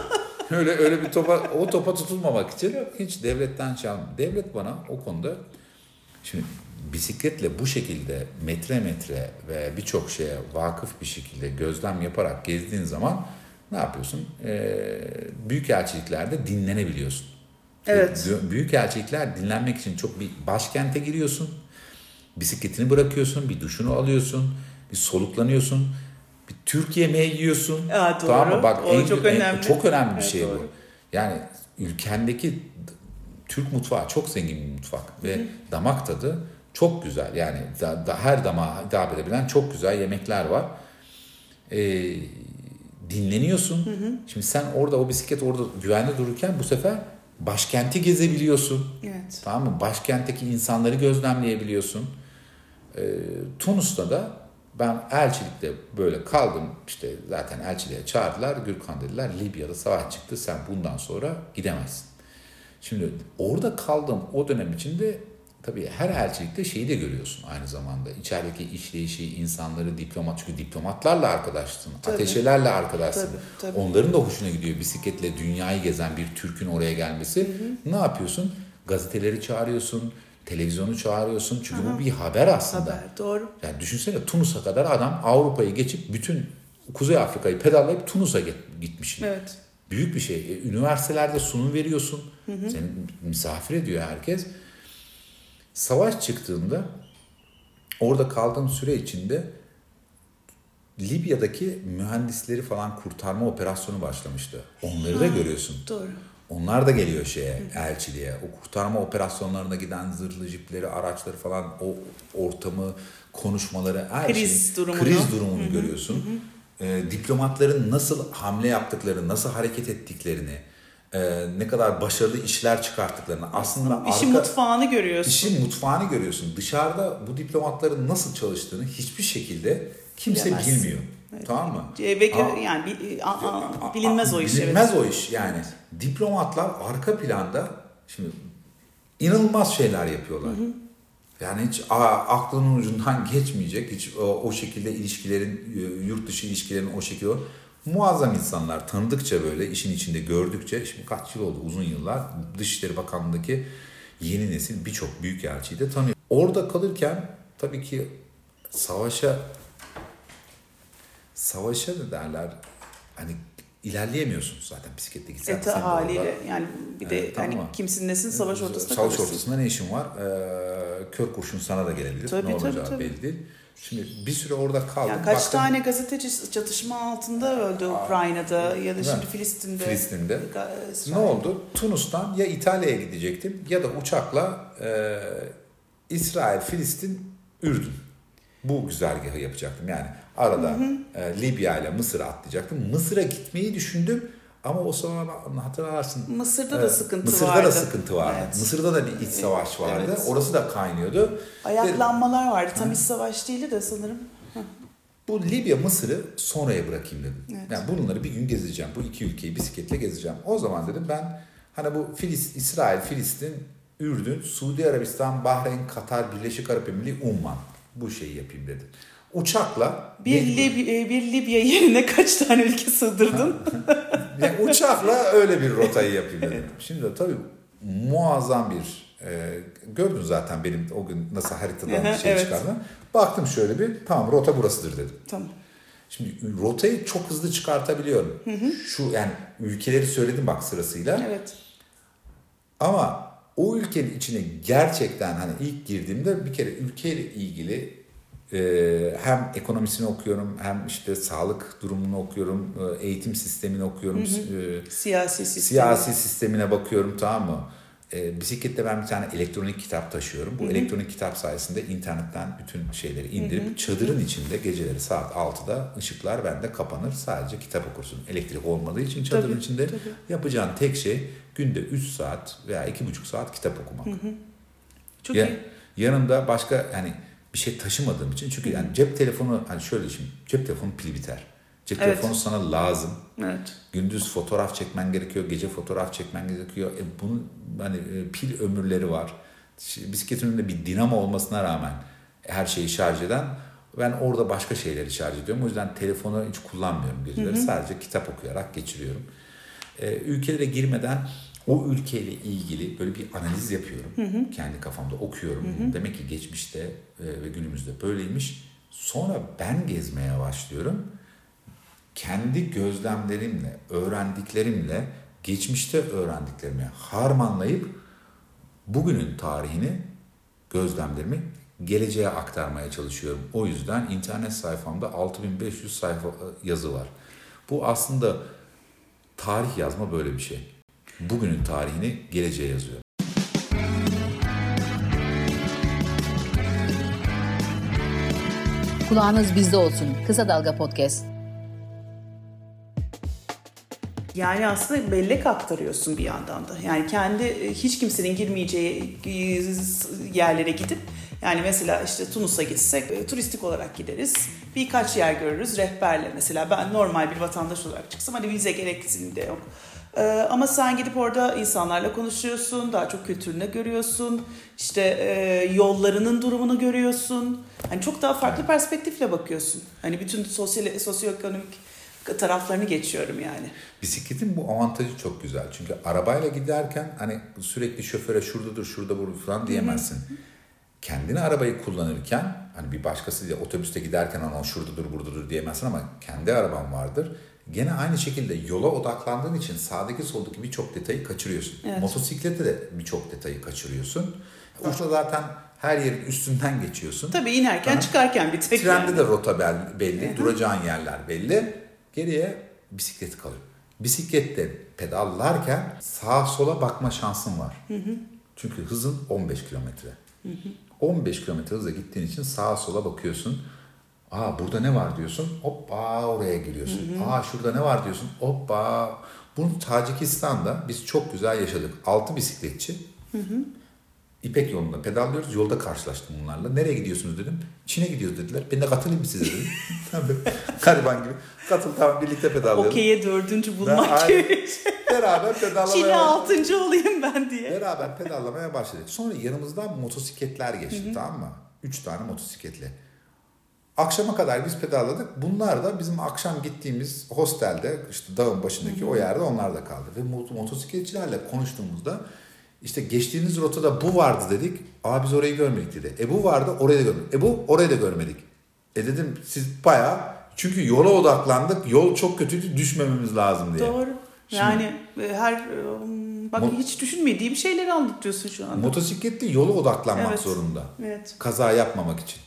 öyle öyle bir topa o topa tutulmamak için hiç devletten çalmam. Devlet bana o konuda şimdi bisikletle bu şekilde metre metre ve birçok şeye vakıf bir şekilde gözlem yaparak gezdiğin zaman ne yapıyorsun? Ee, büyükelçiliklerde dinlenebiliyorsun. Evet. Büyükelçilikler dinlenmek için çok bir başkente giriyorsun. Bisikletini bırakıyorsun, bir duşunu alıyorsun, bir soluklanıyorsun, bir Türk yemeği yiyorsun. Aa, doğru. Tamam mı? Bak o en, çok en, önemli. Çok önemli bir evet, şey doğru. bu. Yani ülkendeki Türk mutfağı çok zengin bir mutfak. Hı-hı. Ve damak tadı çok güzel. Yani da, da, her damağa hitap edebilen çok güzel yemekler var. Ee, dinleniyorsun. Hı-hı. Şimdi sen orada o bisiklet orada güvenli dururken bu sefer başkenti gezebiliyorsun. Evet. Tamam mı? Başkentteki insanları gözlemleyebiliyorsun. Ee, Tunus'ta da ben elçilikte böyle kaldım. İşte zaten elçiliğe çağırdılar. Gürkan dediler Libya'da savaş çıktı. Sen bundan sonra gidemezsin. Şimdi orada kaldığım o dönem içinde tabii her elçilikte şeyi de görüyorsun aynı zamanda. İçerideki işleyişi, insanları, diplomat. Çünkü diplomatlarla arkadaşsın. Tabii. Ateşelerle arkadaşsın. Tabii, tabii. Onların da hoşuna gidiyor bisikletle dünyayı gezen bir Türk'ün oraya gelmesi. Hı hı. Ne yapıyorsun? Gazeteleri çağırıyorsun. Televizyonu çağırıyorsun. Çünkü Aha. bu bir haber aslında. Haber, doğru. Yani düşünsene Tunus'a kadar adam Avrupa'yı geçip bütün Kuzey Afrika'yı pedallayıp Tunus'a gitmiş. Evet. Büyük bir şey. Üniversitelerde sunum veriyorsun. Hı hı. Seni misafir ediyor herkes. Savaş çıktığında orada kaldığım süre içinde Libya'daki mühendisleri falan kurtarma operasyonu başlamıştı. Onları ha, da görüyorsun. Doğru. Onlar da geliyor şeye, hı. elçiliğe. O kurtarma operasyonlarına giden zırhlı jipleri, araçları falan, o ortamı, konuşmaları, her kriz şey, durumunu, kriz durumunu hı hı. görüyorsun. Hı hı. E, diplomatların nasıl hamle yaptıklarını, nasıl hareket ettiklerini, e, ne kadar başarılı işler çıkarttıklarını, aslında işin arka, mutfağını görüyorsun. İşin mutfağını görüyorsun. Dışarıda bu diplomatların nasıl çalıştığını hiçbir şekilde kimse Bilemez. bilmiyor. Evet. Tamam mı? Ve Aa, yani a, a, bilinmez o iş. Bilinmez evet. o iş yani. Evet. Diplomatlar arka planda şimdi inanılmaz şeyler yapıyorlar. Hı hı. Yani hiç a, aklının ucundan geçmeyecek. Hiç o, o şekilde ilişkilerin, yurt dışı ilişkilerin o şekilde muazzam insanlar. Tanıdıkça böyle işin içinde gördükçe, şimdi kaç yıl oldu, uzun yıllar Dışişleri Bakanlığı'ndaki yeni nesil birçok büyükelçiyi de tanıyor. Orada kalırken tabii ki savaşa savaşa ne derler, hani ilerleyemiyorsun zaten bisikletle gitsen. Ete haliyle yani bir de evet, hani tamam. kimsin nesin savaş ortasında Savaş kalırsın. ortasında ne işin var? Ee, kör kurşun sana da gelebilir. Tabii, ne tabii, olacağı tabii. belli değil. Şimdi bir süre orada kaldım. Yani kaç baktım, tane gazeteci çatışma altında öldü Aa, Ukrayna'da ya da şimdi Filistin'de. Filistin'de. Ne oldu? Tunus'tan ya İtalya'ya gidecektim ya da uçakla e, İsrail, Filistin, Ürdün. Bu güzergahı yapacaktım. Yani arada hı hı. E, Libya ile Mısır'a atlayacaktım. Mısır'a gitmeyi düşündüm ama o zaman hatırlarsın. Mısır'da da sıkıntı Mısır'da vardı. Mısır'da da sıkıntı vardı. Evet. Mısır'da da bir iç savaş vardı. Evet. Orası da kaynıyordu. Ayaklanmalar vardı. Tam iç savaş değildi de sanırım. Hı. Bu Libya, Mısır'ı sonraya bırakayım dedim. Evet. Yani bunları bir gün gezeceğim. Bu iki ülkeyi bisikletle gezeceğim. O zaman dedim ben hani bu Filis, İsrail, Filistin, Ürdün, Suudi Arabistan, Bahreyn, Katar, Birleşik Arap Emirlikleri, Umman. Bu şeyi yapayım dedim. Uçakla... Bir, Lib- bir Libya yerine kaç tane ülke sığdırdın? Yani uçakla öyle bir rotayı yapayım dedim. Şimdi de tabii muazzam bir... E, gördün zaten benim o gün nasıl haritadan bir şey evet. çıkardım. Baktım şöyle bir, tamam rota burasıdır dedim. Tamam. Şimdi rotayı çok hızlı çıkartabiliyorum. Hı hı. Şu yani ülkeleri söyledim bak sırasıyla. Evet. Ama o ülkenin içine gerçekten hani ilk girdiğimde bir kere ülkeyle ilgili e, hem ekonomisini okuyorum, hem işte sağlık durumunu okuyorum, eğitim sistemini okuyorum, hı hı. E, siyasi sistemi. Siyasi sistemine bakıyorum, tamam mı? E, bisiklette ben bir tane elektronik kitap taşıyorum. Bu hı hı. elektronik kitap sayesinde internetten bütün şeyleri indirip hı hı. çadırın içinde geceleri saat altıda ışıklar bende kapanır. Sadece kitap okursun. Elektrik olmadığı için çadırın tabii, içinde tabii. yapacağın tek şey günde üç saat veya iki buçuk saat kitap okumak. Hı hı. Çok ya, iyi. Yanımda başka yani bir şey taşımadığım için, çünkü yani cep telefonu, hani şöyle şimdi cep telefonu pil biter. Cep evet. telefonu sana lazım. Evet. Gündüz fotoğraf çekmen gerekiyor, gece fotoğraf çekmen gerekiyor. E bunun hani pil ömürleri var. Bisikletin önünde bir dinamo olmasına rağmen her şeyi şarj eden, ben orada başka şeyleri şarj ediyorum. O yüzden telefonu hiç kullanmıyorum geceleri. Hı hı. Sadece kitap okuyarak geçiriyorum. E, ülkelere girmeden o ülkeyle ilgili böyle bir analiz yapıyorum. Hı hı. Kendi kafamda okuyorum. Hı hı. Demek ki geçmişte e, ve günümüzde böyleymiş. Sonra ben gezmeye başlıyorum. Kendi gözlemlerimle, öğrendiklerimle, geçmişte öğrendiklerimi harmanlayıp bugünün tarihini, gözlemlerimi geleceğe aktarmaya çalışıyorum. O yüzden internet sayfamda altı bin beş yüz sayfa yazı var. Bu aslında tarih yazma böyle bir şey. Bugünün tarihini geleceğe yazıyorum. Kulağınız bizde olsun. Kısa Dalga Podcast. Yani aslında bellek aktarıyorsun bir yandan da. Yani kendi hiç kimsenin girmeyeceği yerlere gidip, yani mesela işte Tunus'a gitsek turistik olarak gideriz. Birkaç yer görürüz rehberle. Mesela ben normal bir vatandaş olarak çıksam hani vize gereksinimi de yok. Ee, ama sen gidip orada insanlarla konuşuyorsun, daha çok kültürünü görüyorsun, işte e, yollarının durumunu görüyorsun. Hani çok daha farklı perspektifle bakıyorsun. Hani bütün sosyal, sosyoekonomik taraflarını geçiyorum yani. Bisikletin bu avantajı çok güzel. Çünkü arabayla giderken hani sürekli şoföre şurada dur, şurada dur falan diyemezsin. Hı hı. Kendini arabayı kullanırken hani bir başkası diye otobüste giderken ona şurada dur, burada dur diyemezsin ama kendi araban vardır. Gene aynı şekilde yola odaklandığın için sağdaki soldaki birçok detayı kaçırıyorsun. Evet. Motosiklette de birçok detayı kaçırıyorsun. Uçta zaten her yerin üstünden geçiyorsun. Tabii inerken ha. çıkarken bir tek. Trende yani. de rota belli, Hı-hı. duracağın yerler belli. Geriye bisiklet kalıyor. Bisiklette pedallarken sağa sola bakma şansın var. Hı hı. Çünkü hızın on beş kilometre. Hı hı. on beş kilometre hızla gittiğin için sağa sola bakıyorsun. Aa burada ne var diyorsun. Hoppa oraya giriyorsun. Hı hı. Aa şurada ne var diyorsun. Hoppa. Bunu Tacikistan'da biz çok güzel yaşadık. Altı bisikletçi. Hı hı. İpek yolunda pedallıyoruz. Yolda karşılaştım bunlarla. Nereye gidiyorsunuz dedim. Çin'e gidiyoruz dediler. Ben de katılayım mı size dedim. Gariban gibi. Katıl tamam birlikte pedallayalım. Okey'e dördüncü bulmak gibi. Beraber pedallamaya Çin'e altıncı olayım ben diye. Beraber pedallamaya başladık. Sonra yanımızdan motosikletler geçti, hı hı. tamam mı? Üç tane motosikletle. Akşama kadar biz pedalladık. Bunlar da bizim akşam gittiğimiz hostelde, işte dağın başındaki hı hı. o yerde onlar da kaldı. Ve motosikletçilerle konuştuğumuzda işte geçtiğiniz rotada bu vardı dedik. Aa biz orayı görmedik dedi. E bu vardı orayı da görmedik. E bu orayı da görmedik. E dedim siz bayağı, çünkü yola odaklandık. Yol çok kötüydü, düşmememiz lazım diye. Doğru. Şimdi, yani her bak mo- hiç düşünmediğim şeyleri anlatıyorsun şu anda. Motosikletli yola odaklanmak evet. zorunda. Evet. Kaza yapmamak için.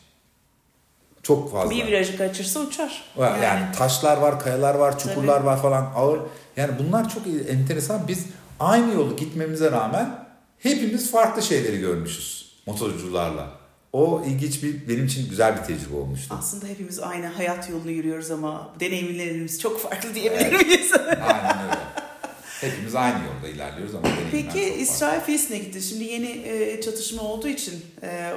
Çok fazla. Bir virajı kaçırsa uçar. Yani, yani taşlar var, kayalar var, çukurlar Tabii. var falan ağır. Yani bunlar çok enteresan. Biz aynı yolu gitmemize rağmen hepimiz farklı şeyleri görmüşüz motorcularla. O ilginç bir, benim için güzel bir tecrübe olmuştu. Aslında hepimiz aynı hayat yolunu yürüyoruz ama deneyimlerimiz çok farklı diyebilir evet. miyiz? Aynen öyle. Hepimiz aynı yolda ilerliyoruz ama deneyimler Peki, çok farklı. Peki İsrail Filistin'e gitti. Şimdi yeni e, çatışma olduğu için e,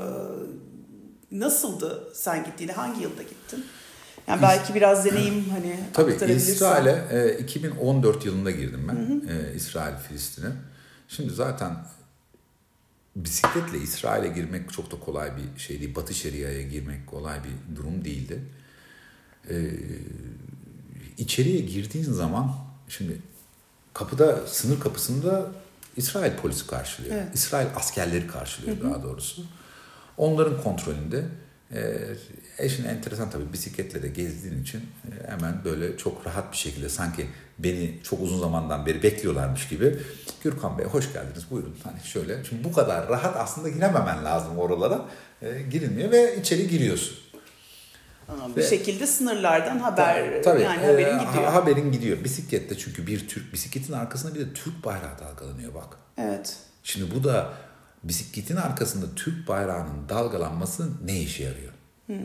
nasıldı sen gittiğinde? Hangi yılda gittin? Yani belki biraz deneyim hani Tabii İsrail'e e, iki bin on dört yılında girdim ben. Hı hı. E, İsrail Filistin'e. Şimdi zaten bisikletle İsrail'e girmek çok da kolay bir şey değil. Batı Şeria'ya girmek kolay bir durum değildi. Ee, içeriye girdiğin zaman şimdi kapıda, sınır kapısında İsrail polisi karşılıyor. Evet. İsrail askerleri karşılıyor, hı hı. daha doğrusu. Onların kontrolünde. E, eşin enteresan tabii, bisikletle de gezdiğin için e, hemen böyle çok rahat bir şekilde, sanki beni çok uzun zamandan beri bekliyorlarmış gibi, Gürkan Bey hoş geldiniz buyurun, hani şöyle. Şimdi bu kadar rahat aslında girememen lazım oralara, e, girilmiyor ve içeri giriyorsun. Aa, bir ve, şekilde sınırlardan haber, tabii, yani haberin gidiyor. Ha, haberin gidiyor. Bisiklette çünkü bir Türk, bisikletin arkasında bir de Türk bayrağı dalgalanıyor bak. Evet. Şimdi bu da bisikletin arkasında Türk bayrağının dalgalanması ne işe yarıyor? Hmm.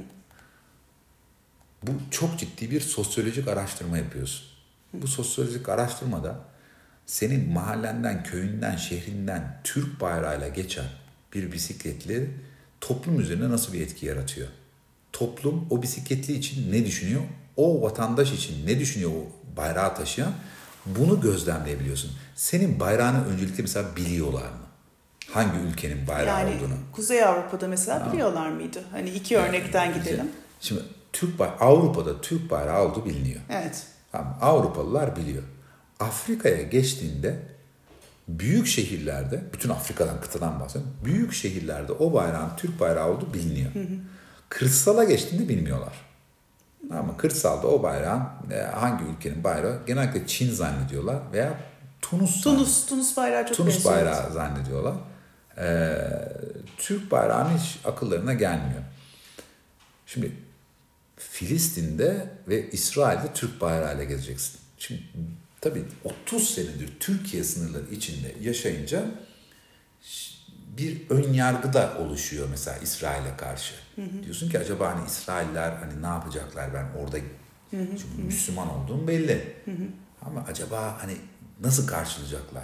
Bu çok ciddi bir sosyolojik araştırma yapıyorsun. Hmm. Bu sosyolojik araştırmada senin mahallenden, köyünden, şehrinden Türk bayrağıyla geçen bir bisikletli toplum üzerine nasıl bir etki yaratıyor? Toplum o bisikletli için ne düşünüyor? O vatandaş için ne düşünüyor o bayrağı taşıyan? Bunu gözlemleyebiliyorsun. Senin bayrağını öncelikle mesela biliyorlar mı? Hangi ülkenin bayrağı yani, olduğunu. Kuzey Avrupa'da mesela ha. biliyorlar mıydı? Hani iki yani, örnekten gidelim. Şimdi Türk bayrağı, Avrupa'da Türk bayrağı olduğu biliniyor. Evet. Tamam, Avrupalılar biliyor. Afrika'ya geçtiğinde büyük şehirlerde, bütün Afrika'dan, kıtadan bahsediyorum, büyük şehirlerde o bayrağın Türk bayrağı olduğu biliniyor. Hı hı. Kırsala geçtiğinde bilmiyorlar. Ama kırsalda o bayrağın hangi ülkenin bayrağı genellikle Çin zannediyorlar veya Tunus Tunus, Tunus bayrağı çok Tunus benziyor. bayrağı zannediyorlar. Ee, Türk bayrağının hiç akıllarına gelmiyor. Şimdi Filistin'de ve İsrail'de Türk bayrağıyla gezeceksin. Şimdi tabii otuz senedir Türkiye sınırları içinde yaşayınca bir ön yargı da oluşuyor mesela İsrail'e karşı. Hı hı. Diyorsun ki acaba hani İsrailler hani ne yapacaklar, ben orada hı hı. Çünkü Müslüman olduğum belli. Hı hı. Ama acaba hani nasıl karşılayacaklar?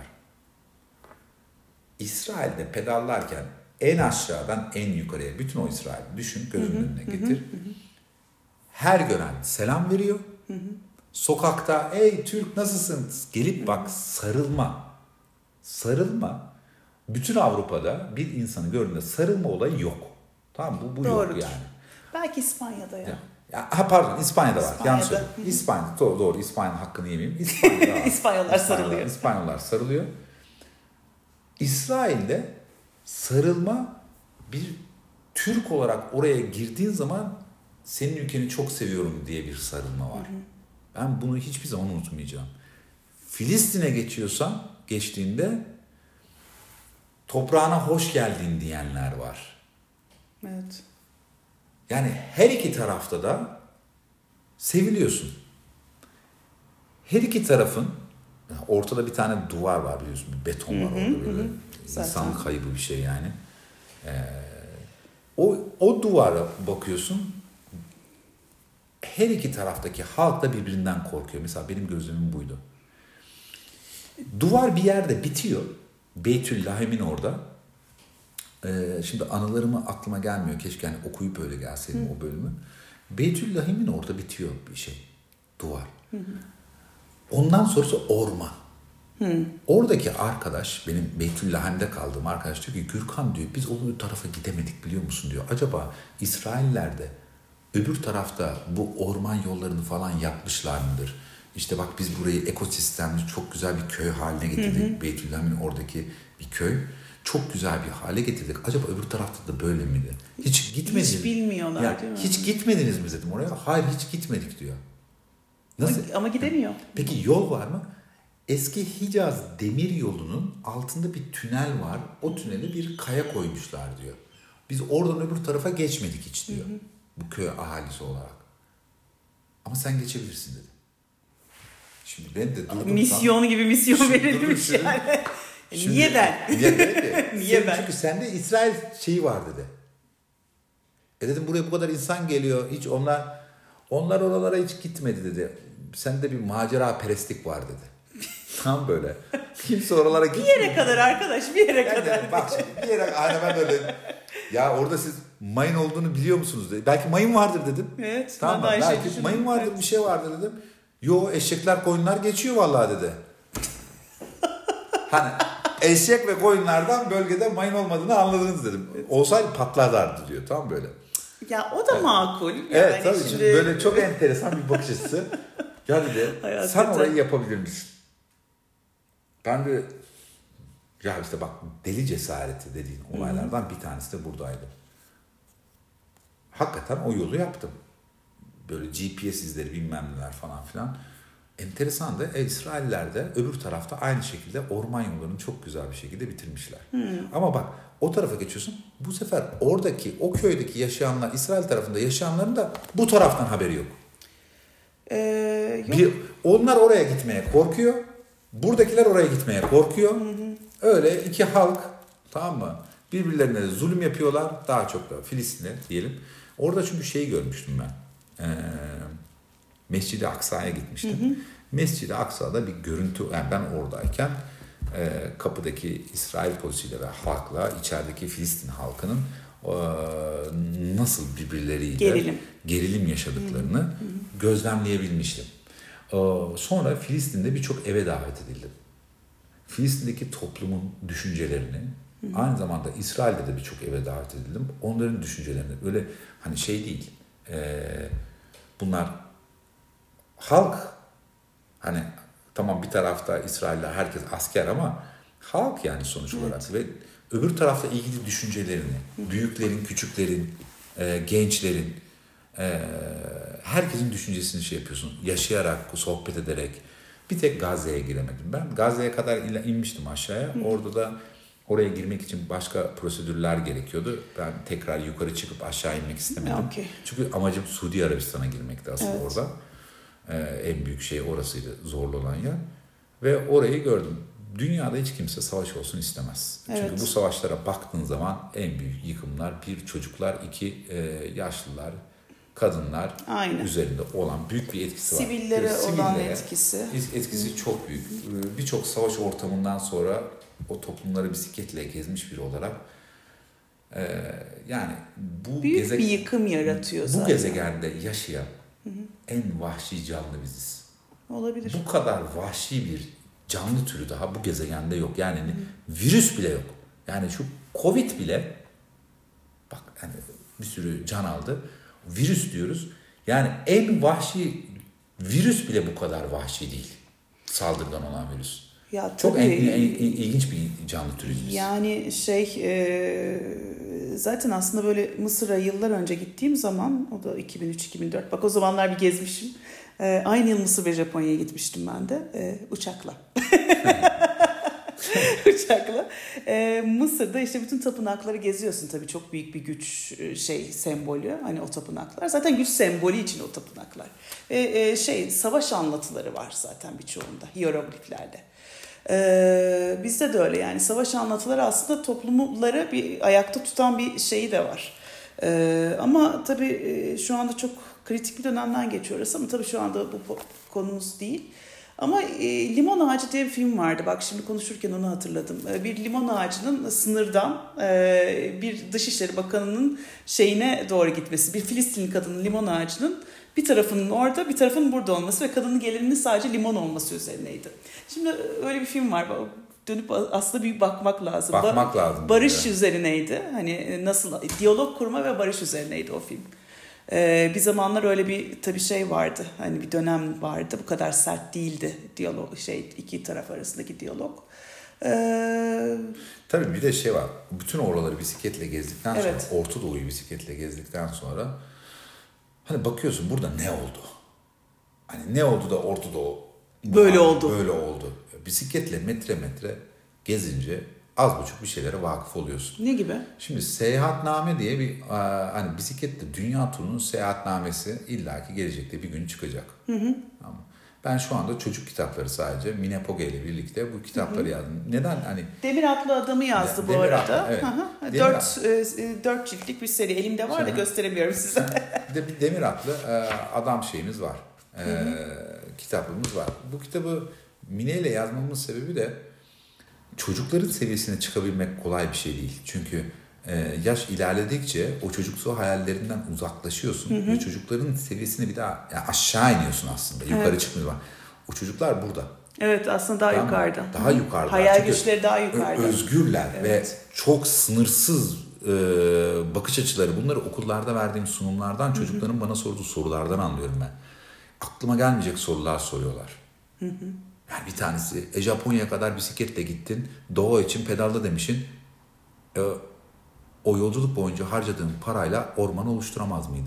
İsrail'de pedallarken en aşağıdan en yukarıya bütün o İsrail'i düşün, gözünün önüne getir. Hı hı. Her gören selam veriyor. Hı hı. Sokakta ey Türk nasılsın? Gelip bak sarılma. Sarılma. Bütün Avrupa'da bir insanı gördüğünde sarılma olayı yok. Tamam bu, bu yok yani. Belki İspanya'da ya. ya. ya ha, pardon İspanya'da var. İspanya'da. Yanlış söyledim. İspanya doğru, doğru İspanya'nın hakkını yemeyeyim. İspanya'da var. İspanyollar sarılıyor. İspanyollar sarılıyor. İsrail'de sarılma bir Türk olarak oraya girdiğin zaman senin ülkeni çok seviyorum diye bir sarılma var. Hı hı. Ben bunu hiçbir zaman unutmayacağım. Filistin'e geçiyorsan geçtiğinde toprağına hoş geldin diyenler var. Evet. Yani her iki tarafta da seviliyorsun. Her iki tarafın ortada bir tane duvar var biliyorsun. Bir beton var orada böyle. Hı hı. İnsanlık kaybı bir şey yani. Ee, o, o duvara bakıyorsun. Her iki taraftaki halk da birbirinden korkuyor. Mesela benim gözlemim buydu. Duvar bir yerde bitiyor. Beytüllahim'in orada. Ee, şimdi anılarımı aklıma gelmiyor. Keşke hani okuyup öyle gelseydim Hı. o bölümü. Beytüllahim'in orada bitiyor bir şey. Duvar. Hı hı. Ondan sonrası orman. Hı. Oradaki arkadaş, benim Beytüllahim'de kaldığım arkadaş diyor ki Gürkan diyor biz o tarafa gidemedik biliyor musun diyor. Acaba İsraillerde öbür tarafta bu orman yollarını falan yapmışlar mıdır? İşte bak biz burayı ekosistemli çok güzel bir köy haline getirdik. Beytüllahim'in oradaki bir köy. Çok güzel bir hale getirdik. Acaba öbür tarafta da böyle miydi? Hiç gitmediniz. Hiç bilmiyorlar ya, değil mi? Hiç gitmediniz mi dedim oraya? Hayır hiç gitmedik diyor. Nasıl? Ama, ama gidemiyor. Peki yol var mı? Eski Hicaz demir yolunun altında bir tünel var. O tünele bir kaya koymuşlar diyor. Biz oradan öbür tarafa geçmedik hiç diyor. Hı hı. Bu köy ahalisi olarak. Ama sen geçebilirsin dedi. Şimdi ben de durdum. Misyon tam, gibi misyon verilmiş yani. Şimdi, niye ben? Niye ben? niye ben? Çünkü sende İsrail şeyi var dedi. E dedim buraya bu kadar insan geliyor. Hiç onlar onlar oralara hiç gitmedi dedi. Sende bir macera perestlik var dedi. Tam böyle. Kimse oralara gitmiyor. Bir yere kadar arkadaş, bir yere yani kadar. Bak şimdi bir yere hani ben öyle ya orada siz mayın olduğunu biliyor musunuz dedi. Belki mayın vardır dedim. Evet. Tamam mı? Belki şey mayın vardır evet. Bir şey vardır dedim. Yo eşekler koyunlar geçiyor vallahi dedi. Hani eşek ve koyunlardan bölgede mayın olmadığını anladınız dedim. Olsaydı patlarlardı diyor. Tamam böyle. Ya o da evet. makul. Yani evet tabii şimdi... şimdi böyle çok enteresan bir bakış açısı. Ya dedi sen orayı yapabilir misin? Ben de ya işte bak deli cesareti dediğin olaylardan Hı-hı. bir tanesi de buradaydı. Hakikaten o yolu yaptım. Böyle G P S izleri bilmem neler falan filan. Enteresan da e, İsrailler de öbür tarafta aynı şekilde orman yollarını çok güzel bir şekilde bitirmişler. Hmm. Ama bak o tarafa geçiyorsun. Bu sefer oradaki o köydeki yaşayanlar İsrail tarafında yaşayanların da bu taraftan haberi yok. Ee, yok. Bir, onlar oraya gitmeye korkuyor. Buradakiler oraya gitmeye korkuyor. Hı hı. Öyle iki halk tamam mı? Birbirlerine de zulüm yapıyorlar. Daha çok da Filistin'e diyelim. Orada çünkü şeyi görmüştüm ben. Eee Mescid-i Aksa'ya gitmiştim. Hı hı. Mescid-i Aksa'da bir görüntü, yani ben oradayken e, kapıdaki İsrail polisiyle ve halkla içerideki Filistin halkının e, nasıl birbirleriyle gerilim, gerilim yaşadıklarını hı hı. gözlemleyebilmiştim. E, sonra Filistin'de birçok eve davet edildim. Filistin'deki toplumun düşüncelerini, hı hı. aynı zamanda İsrail'de de birçok eve davet edildim. Onların düşüncelerini böyle hani şey değil, e, bunlar halk hani Tamam bir tarafta İsrail'de herkes asker ama halk yani sonuç olarak. Evet. Ve öbür tarafta ilgili düşüncelerini, Hı. büyüklerin, küçüklerin, e, gençlerin, e, herkesin düşüncesini şey yapıyorsun. Yaşayarak, sohbet ederek. Bir tek Gazze'ye giremedim ben. Gazze'ye kadar inmiştim aşağıya. Hı. Orada da oraya girmek için başka prosedürler gerekiyordu. Ben tekrar yukarı çıkıp aşağı inmek istemedim. Okay. Çünkü amacım Suudi Arabistan'a girmekti aslında evet. orada. Ee, en büyük şey orasıydı, zorlu olan yer. Ve orayı gördüm. Dünyada hiç kimse savaş olsun istemez. Evet. Çünkü bu savaşlara baktığın zaman en büyük yıkımlar bir çocuklar, iki e, yaşlılar, kadınlar Aynen. üzerinde olan büyük bir etkisi Sivillere var. Sivillere olan etkisi. Etkisi Hı. çok büyük. Birçok savaş ortamından sonra o toplumları bisikletle gezmiş biri olarak e, yani bu büyük geze- bir yıkım yaratıyor bu zaten. Bu gezegende yaşayan Hı-hı. en vahşi canlı biziz. Olabilir. Bu kadar vahşi bir canlı türü daha bu gezegende yok. Yani Hı-hı. virüs bile yok. Yani şu Covid bile bak yani bir sürü can aldı. Virüs diyoruz. Yani en vahşi virüs bile bu kadar vahşi değil. Saldırgan olan virüs. Ya, çok en, en, en, ilginç bir canlı türü biz. Yani şey e, zaten aslında böyle Mısır'a yıllar önce gittiğim zaman o da iki bin üç iki bin dört bak o zamanlar bir gezmişim. E, aynı yıl Mısır ve Japonya'ya gitmiştim ben de e, uçakla. uçakla. Ee, Mısır'da işte bütün tapınakları geziyorsun tabii çok büyük bir güç şey sembolü hani o tapınaklar. Zaten güç sembolü için o tapınaklar. Ee, e, şey savaş anlatıları var zaten birçoğunda hierogliflerde. Ee, bizde de öyle yani savaş anlatıları aslında toplumları bir ayakta tutan bir şeyi de var. Ee, ama tabii şu anda çok kritik bir dönemden geçiyoruz ama tabii şu anda bu konumuz değil. Ama e, Limon Ağacı diye bir film vardı. Bak şimdi konuşurken onu hatırladım. E, bir limon ağacının sınırdan e, bir Dışişleri Bakanı'nın şeyine doğru gitmesi. Bir Filistinli kadının limon ağacının bir tarafının orada bir tarafının burada olması ve kadının gelirinin sadece limon olması üzerineydi. Şimdi öyle bir film var. Dönüp aslında bir bakmak lazım. Bakmak ba- lazım. Barış yani. Üzerineydi. Hani nasıl diyalog kurma ve barış üzerineydi o film. Ee, bir zamanlar öyle bir tabii şey vardı. Hani bir dönem vardı. Bu kadar sert değildi diyalog şey iki taraf arasındaki diyalog. Ee, tabii bir de şey var. Bütün oraları bisikletle gezdikten evet. sonra Orta Doğu'yu bisikletle gezdikten sonra hani bakıyorsun burada ne oldu? Hani ne oldu da Orta Doğu böyle oldu. Böyle oldu. Bisikletle metre metre gezince az buçuk bir şeylere vakıf oluyorsun. Ne gibi? Şimdi seyahatname diye bir hani bisikletle dünya turunun seyahatnamesi illaki gelecekte bir gün çıkacak. Hı hı. Ama ben şu anda çocuk kitapları sadece Mine Poge ile birlikte bu kitapları hı hı. yazdım. Neden hani Demir Atlı Adamı yazdı ya, bu Demir arada. Atlı, evet. Hı hı. Dört, e, dört ciltlik bir seri elimde var da gösteremiyorum size. Bir de bir Demir Atlı adam şeyimiz var. Hı hı. Kitabımız var. Bu kitabı Mine ile yazmamın sebebi de çocukların seviyesine çıkabilmek kolay bir şey değil. Çünkü e, yaş ilerledikçe o çocuksu hayallerinden uzaklaşıyorsun. Hı hı. Ve çocukların seviyesine bir daha yani aşağı iniyorsun aslında. Yukarı evet. çıkmıyorsun. O çocuklar burada. Evet aslında daha tamam. yukarıda. Daha yukarıda. Hayal Çünkü güçleri daha yukarıda. Özgürler evet. ve çok sınırsız e, bakış açıları. Bunları okullarda verdiğim sunumlardan, hı hı. çocukların bana sorduğu sorulardan anlıyorum ben. Aklıma gelmeyecek sorular soruyorlar. Hı hı. Yani bir tanesi, e, Japonya'ya kadar bisikletle gittin, doğa için pedalda demişsin. E, o yolculuk boyunca harcadığın parayla ormanı oluşturamaz mıydın?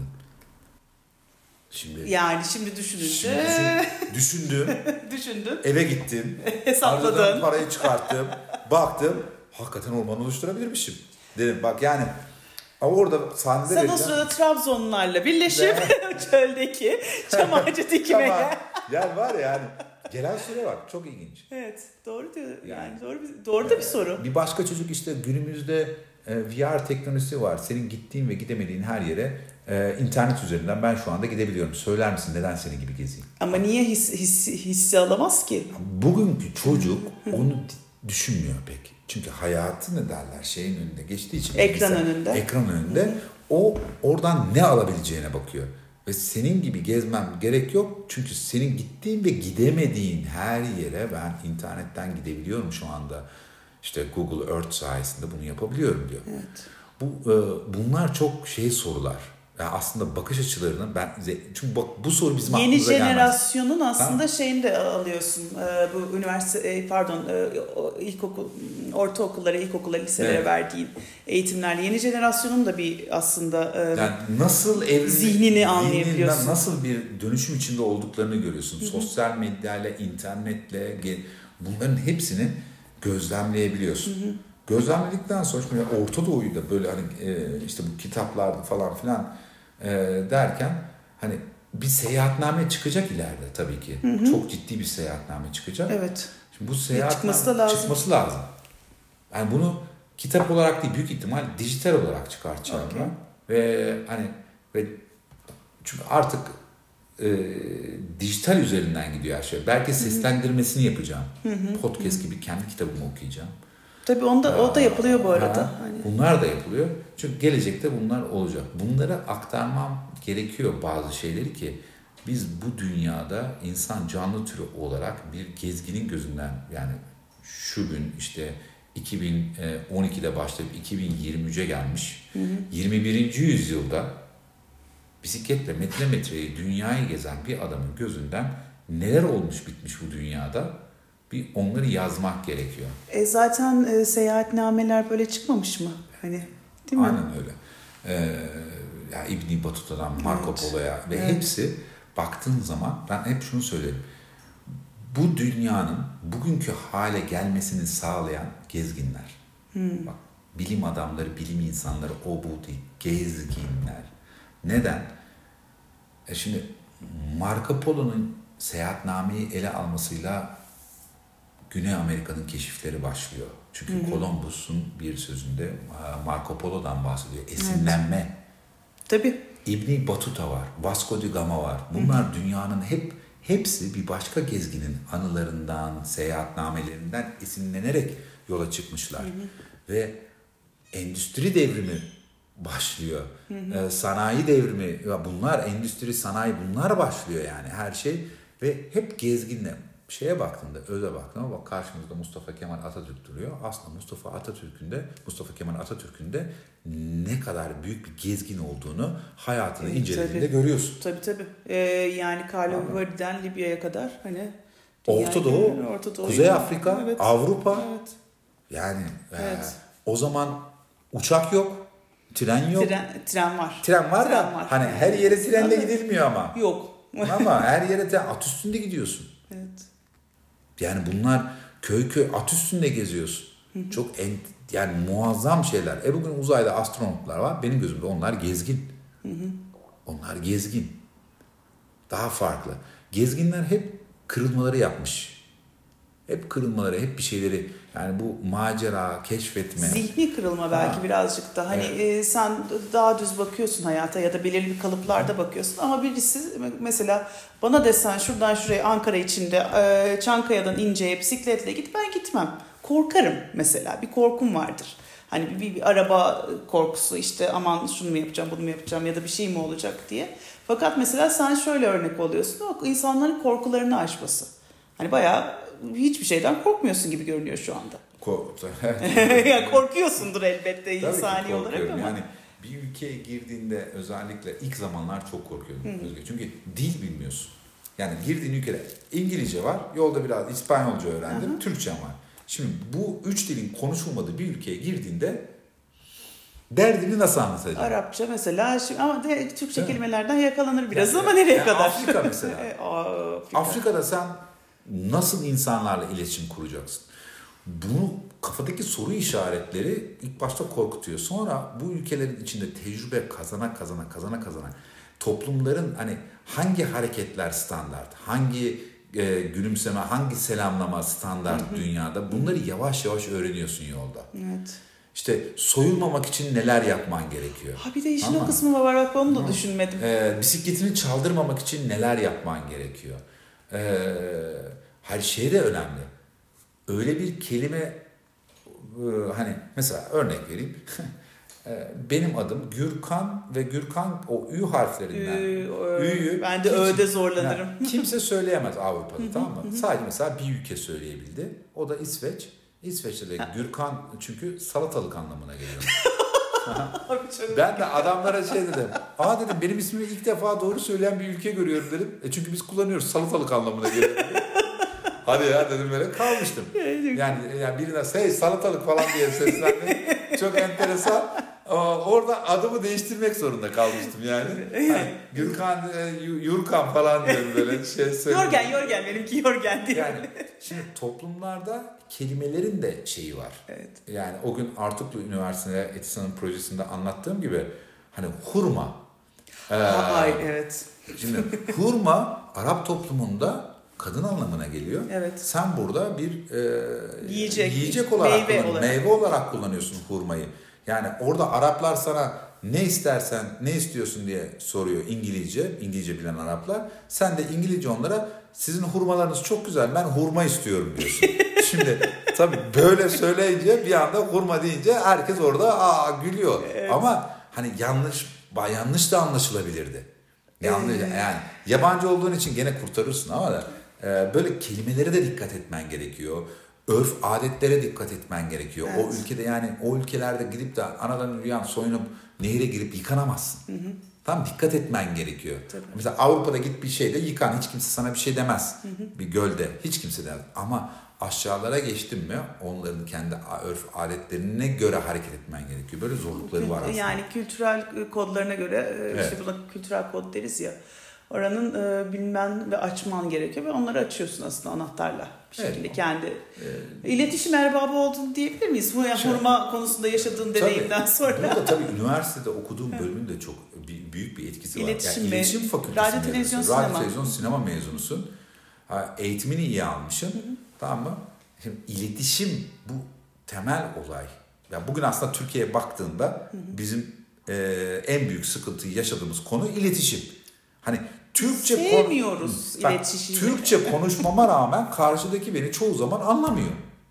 Şimdi yani şimdi düşününce şimdi düşün, düşündüm. Düşündün. Eve gittim. Hesapladın. Harcadığım parayı çıkarttım. Baktım. Hakikaten ormanı oluşturabilirmişim. Dedim bak yani ama orada sahnede sen o sırada Trabzonlularla birleşip çöldeki çam ağacı dikmeye. Yani var ya yani gelen süre var. Çok ilginç. Evet. Doğru diyor. Yani, yani doğru bir, doğru da bir soru. Bir başka çocuk işte günümüzde e, V R teknolojisi var. Senin gittiğin ve gidemediğin her yere e, internet üzerinden ben şu anda gidebiliyorum. Söyler misin neden senin gibi gezeyim? Ama niye his, his, hissi alamaz ki? Bugünkü çocuk onu düşünmüyor pek. Çünkü hayatı ne derler şeyin önünde geçtiği için. Ekran bilgisayar, önünde. Ekran önünde. Hı-hı. O oradan ne alabileceğine bakıyor. Ve senin gibi gezmem gerek yok. Çünkü senin gittiğin ve gidemediğin her yere ben internetten gidebiliyorum şu anda. İşte Google Earth sayesinde bunu yapabiliyorum diyor. Evet. Bu e, bunlar çok şey sorular. Yani aslında bakış açılarını ben çünkü bak bu soru bizim yeni aklımıza gelmez. Yeni jenerasyonun aslında tamam. şeyini de alıyorsun. Ee, bu üniversite pardon ilkokul, ortaokullara, ilkokullara, liselere evet. verdiğin eğitimlerle yeni jenerasyonun da bir aslında yani nasıl evrim, zihnini anlayabiliyorsun. Nasıl bir dönüşüm içinde olduklarını görüyorsun. Hı-hı. Sosyal medyayla, internetle bunların hepsini gözlemleyebiliyorsun. Hı-hı. Gözlemledikten sonra şimdi Orta Doğu'yu da böyle hani işte bu kitaplarda falan filan derken hani bir seyahatname çıkacak ileride tabii ki. Hı hı. Çok ciddi bir seyahatname çıkacak. Evet. Şimdi bu seyahatname çıkması da lazım. Çıkması lazım. Yani bunu kitap olarak değil, büyük ihtimal dijital olarak çıkartacağım okay. ben. Ve hani ve çünkü artık e, dijital üzerinden gidiyor her şey. Belki seslendirmesini yapacağım. Hı hı. Podcast hı hı. gibi kendi kitabımı okuyacağım. Tabii onda, o da yapılıyor bu arada. Ha, hani. Bunlar da yapılıyor. Çünkü gelecekte bunlar olacak. Bunları aktarmam gerekiyor bazı şeyleri ki biz bu dünyada insan canlı türü olarak bir gezginin gözünden yani şu gün işte iki bin on ikide başlayıp iki bin yirmi üçe gelmiş. Hı hı. yirmi birinci yüzyılda bisikletle metre metreyi dünyayı gezen bir adamın gözünden neler olmuş bitmiş bu dünyada bir onları yazmak gerekiyor. E zaten e, seyahatnameler böyle çıkmamış mı? Hani değil mi? Aynen öyle. Ee, ya İbn Battuta'dan Marco evet. Polo'ya ve evet. hepsi baktığın zaman ben hep şunu söylerim. Bu dünyanın bugünkü hale gelmesini sağlayan gezginler. Hmm. Bak, bilim adamları, bilim insanları o bu değil. Gezginler. Neden? E şimdi Marco Polo'nun seyahatnameyi ele almasıyla Güney Amerika'nın keşifleri başlıyor. Çünkü hı hı. Columbus'un bir sözünde Marco Polo'dan bahsediyor. Esinlenme. Evet. Tabii. İbn Battuta var. Vasco da Gama var. Bunlar hı hı. dünyanın hep hepsi bir başka gezginin anılarından, seyahatnamelerinden esinlenerek yola çıkmışlar. Hı hı. Ve endüstri devrimi başlıyor. Hı hı. Ee, sanayi devrimi, bunlar endüstri, sanayi bunlar başlıyor yani her şey. Ve hep gezginle. Şeye baktığında, öze baktığında bak karşımızda Mustafa Kemal Atatürk duruyor. Aslında Mustafa Atatürk'ün de, Mustafa Kemal Atatürk'ün de ne kadar büyük bir gezgin olduğunu hayatını evet, incelediğinde görüyorsun. Tabii tabii. Ee, yani Karlo Vard'den Libya'ya kadar hani Orta Doğu, Orta Doğu, Kuzey Afrika, evet. Avrupa. Evet. Yani evet. E, o zaman uçak yok, tren yok. Tren, tren var. Tren var tren da var. hani her yere trenle evet. gidilmiyor ama. Yok. Ama her yere tren, at üstünde gidiyorsun. Evet. Yani bunlar köy köy at üstünde geziyorsun. Hı hı. Çok en, yani muazzam şeyler. E bugün uzayda astronotlar var. Benim gözümde onlar gezgin. Hı hı. Onlar gezgin. Daha farklı. Gezginler hep kırılmaları yapmış. Hep kırılmaları, hep bir şeyleri yani bu macera, keşfetme. Zihni kırılma belki ha. birazcık da. Hani evet. e, sen daha düz bakıyorsun hayata ya da belirli bir kalıplarda bakıyorsun ama birisi mesela bana desen şuradan şuraya Ankara içinde e, Çankaya'dan İnce'ye bisikletle git ben gitmem. Korkarım mesela. Bir korkum vardır. Hani bir, bir, bir araba korkusu işte aman şunu mu yapacağım bunu mu yapacağım ya da bir şey mi olacak diye. Fakat mesela sen şöyle örnek oluyorsun. O insanların korkularını aşması. Hani bayağı hiçbir şeyden korkmuyorsun gibi görünüyor şu anda. Korktu. ya korkuyorsundur elbette insani olarak ama. Yani bir ülkeye girdiğinde özellikle ilk zamanlar çok korkuyordum. Hı. Çünkü dil bilmiyorsun. Yani girdiğin ülkede İngilizce var, yolda biraz İspanyolca öğrendim, Hı. Türkçe var. Şimdi bu üç dilin konuşulmadığı bir ülkeye girdiğinde derdini nasıl anlatacaksın? Arapça mesela ama de, Türkçe evet. kelimelerden yakalanır biraz yani, ama nereye yani kadar? Afrika mesela. Afrika. Afrika'da sen nasıl insanlarla iletişim kuracaksın? Bunu kafadaki soru işaretleri ilk başta korkutuyor. Sonra bu ülkelerin içinde tecrübe kazana kazana kazana kazana toplumların hani hangi hareketler standart, hangi e, gülümseme, hangi selamlama standart hı hı. dünyada bunları yavaş yavaş öğreniyorsun yolda. Evet. İşte soyulmamak için neler yapman gerekiyor. Ha bir de işin Ama, o kısmı var bak onu da hı. düşünmedim. E, bisikletini çaldırmamak için neler yapman gerekiyor. Ee, her şey de önemli. Öyle bir kelime e, hani mesela örnek vereyim. Benim adım Gürkan ve Gürkan o Ü harflerinden. Ü'yü ben de Ö'de zorlanırım. Yani, kimse söyleyemez Avrupa'da tamam mı? Sadece mesela bir ülke söyleyebildi. O da İsveç. İsveç'te de Gürkan çünkü salatalık anlamına geliyor. Ben de adamlara şey dedim. Aa dedim benim ismimi ilk defa doğru söyleyen bir ülke görüyorum dedim. E çünkü biz kullanıyoruz salatalık anlamına geliyor. Hadi ya dedim böyle kalmıştım. Yani, yani birine hey salatalık falan diye seslendim. Çok enteresan. Ama orada adımı değiştirmek zorunda kalmıştım yani. Hani Gürkan, Yurkan falan diyorum böyle şey söylüyorum. Yorgen, Yorgen benimki Yorgen diye. Yani şimdi toplumlarda kelimelerin de şeyi var. Evet. Yani o gün Artuklu Üniversitesi'nde Etisa'nın projesinde anlattığım gibi hani hurma. Ee, Ay evet. Şimdi hurma Arap toplumunda kadın anlamına geliyor. Evet. Sen burada bir e, yiyecek, yiyecek olarak, meyve kullan, olarak. meyve olarak kullanıyorsun hurmayı. Yani orada Araplar sana ne istersen, ne istiyorsun diye soruyor İngilizce, İngilizce bilen Araplar. Sen de İngilizce onlara sizin hurmalarınız çok güzel, ben hurma istiyorum diyorsun. Şimdi tabii böyle söyleyince bir anda hurma deyince herkes orada aa gülüyor. Evet. Ama hani yanlış, yanlış da anlaşılabilirdi. Yanlış, ee. yani yabancı olduğun için gene kurtarırsın ama da e, böyle kelimelere de dikkat etmen gerekiyor. Örf adetlere dikkat etmen gerekiyor. Evet. O ülkede yani o ülkelerde gidip de anadan yürüyen soyunup nehire girip yıkanamazsın. Hı hı. Tam dikkat etmen gerekiyor. Tabii. Mesela Avrupa'da git bir şeyde yıkan hiç kimse sana bir şey demez. Hı hı. Bir gölde hiç kimse demez. Ama aşağılara geçtin mi onların kendi örf adetlerine göre hareket etmen gerekiyor. Böyle zorlukları var aslında. Yani kültürel kodlarına göre evet. işte buna kültürel kod deriz ya. Oranın e, bilmen ve açman gerekiyor ve onları açıyorsun aslında anahtarla bir şekilde evet. kendi evet. iletişim erbabı olduğunu diyebilir miyiz? Bu yani hurma şey, konusunda yaşadığın tabii, deneyimden sonra. Burada tabii üniversitede okuduğum bölümün de çok büyük bir etkisi var. İletişim, yani iletişim fakültesi radyo, televizyon, radyo, sinema. televizyon, sinema mezunusun. Eğitimini iyi almışsın. Hı hı. Tamam mı? Şimdi iletişim bu temel olay. Yani bugün aslında Türkiye'ye baktığında hı hı. bizim e, en büyük sıkıntıyı yaşadığımız konu iletişim. Hani Türkçe sevmiyoruz kon- iletişimi. Türkçe konuşmama rağmen karşıdaki beni çoğu zaman anlamıyor.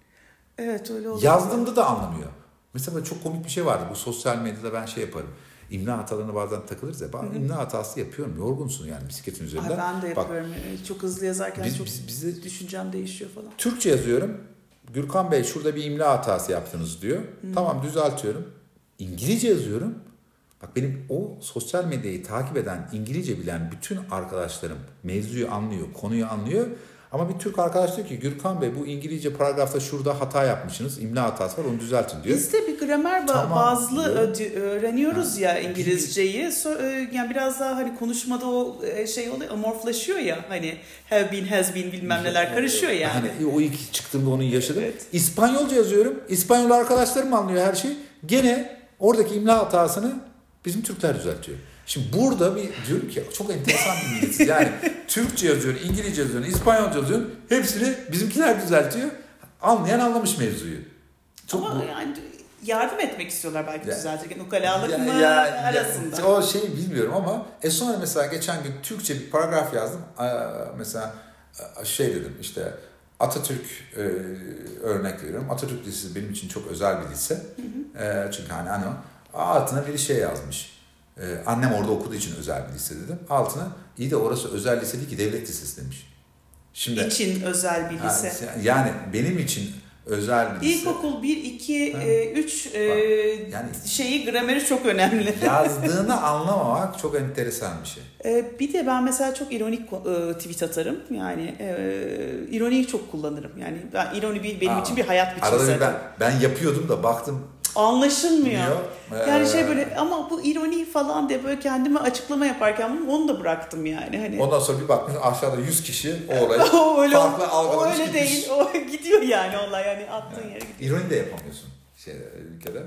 Evet öyle oluyor. Yazdığımda da anlamıyor. Mesela çok komik bir şey vardı. Bu sosyal medyada ben şey yaparım. İmla hatalarına bazen takılırız ya. Ben imla hatası yapıyorum. Yorgunsun yani bisikletin üzerinde. Ay ben de yapıyorum. Bak, çok hızlı yazarken biz, çok biz, biz düşüncem değişiyor falan. Türkçe yazıyorum. Gürkan Bey şurada bir imla hatası yaptınız diyor. Hı. Tamam düzeltiyorum. İngilizce yazıyorum. Bak benim o sosyal medyayı takip eden, İngilizce bilen bütün arkadaşlarım mevzuyu anlıyor, konuyu anlıyor. Ama bir Türk arkadaş diyor ki Gürkan Bey bu İngilizce paragrafta şurada hata yapmışsınız, imla hatası var onu düzeltin diyor. Biz de bir gramer tamam, bazlı diyor. öğreniyoruz ha, ya İngilizceyi. Yani biraz daha hani konuşmada o şey oluyor, amorflaşıyor ya hani have been, has been bilmem neler karışıyor yani. Hani o ilk çıktığımda onu yaşadım. Evet. İspanyolca yazıyorum, İspanyol arkadaşlarım anlıyor her şeyi. Gene oradaki imla hatasını bizim Türkler düzeltiyor. Şimdi burada bir diyorum ki çok enteresan bir milletiz. Yani Türkçe yazıyorsun, İngilizce yazıyorsun, İspanyolca yazıyorsun. Hepsini bizimkiler düzeltiyor. Anlayan anlamış mevzuyu. Çok Ama bu... yani yardım etmek istiyorlar belki ya, düzeltirken. Ukalalık ya, mı ya, arasında? Ya, o şeyi bilmiyorum ama e sonra mesela geçen gün Türkçe bir paragraf yazdım. Mesela şey dedim işte Atatürk e, örnek veriyorum. Atatürk Lisesi benim için çok özel bir lise. Hı hı. E, çünkü hani hani altına bir şey yazmış. Ee, annem orada okuduğu için özel bir lise dedim. Altına iyi de orası özel lise değil ki devlet lisesi demiş. Şimdi için özel bir lise. Yani, yani benim için özel bir lise. İlkokul bir, iki, üç e, yani şeyi grameri çok önemli. Yazdığını anlamamak çok enteresan bir şey. E, bir de ben mesela çok ironik e, tweet atarım. Yani e, ironiyi çok kullanırım. Yani ben ironi bir, benim Aa, için bir hayat biçimi zaten. Ben, ben yapıyordum da baktım. Anlaşılmıyor. Ee, yani şey böyle ama bu ironi falan diye böyle kendime açıklama yaparken onu da bıraktım yani. Hani. Ondan sonra bir bakmış aşağıda yüz kişi o olayı o öyle, farklı algılamış. O öyle gitmiş. değil. O gidiyor yani olay yani attığın yere gidiyor. İroni de yapamıyorsun şey ülkede.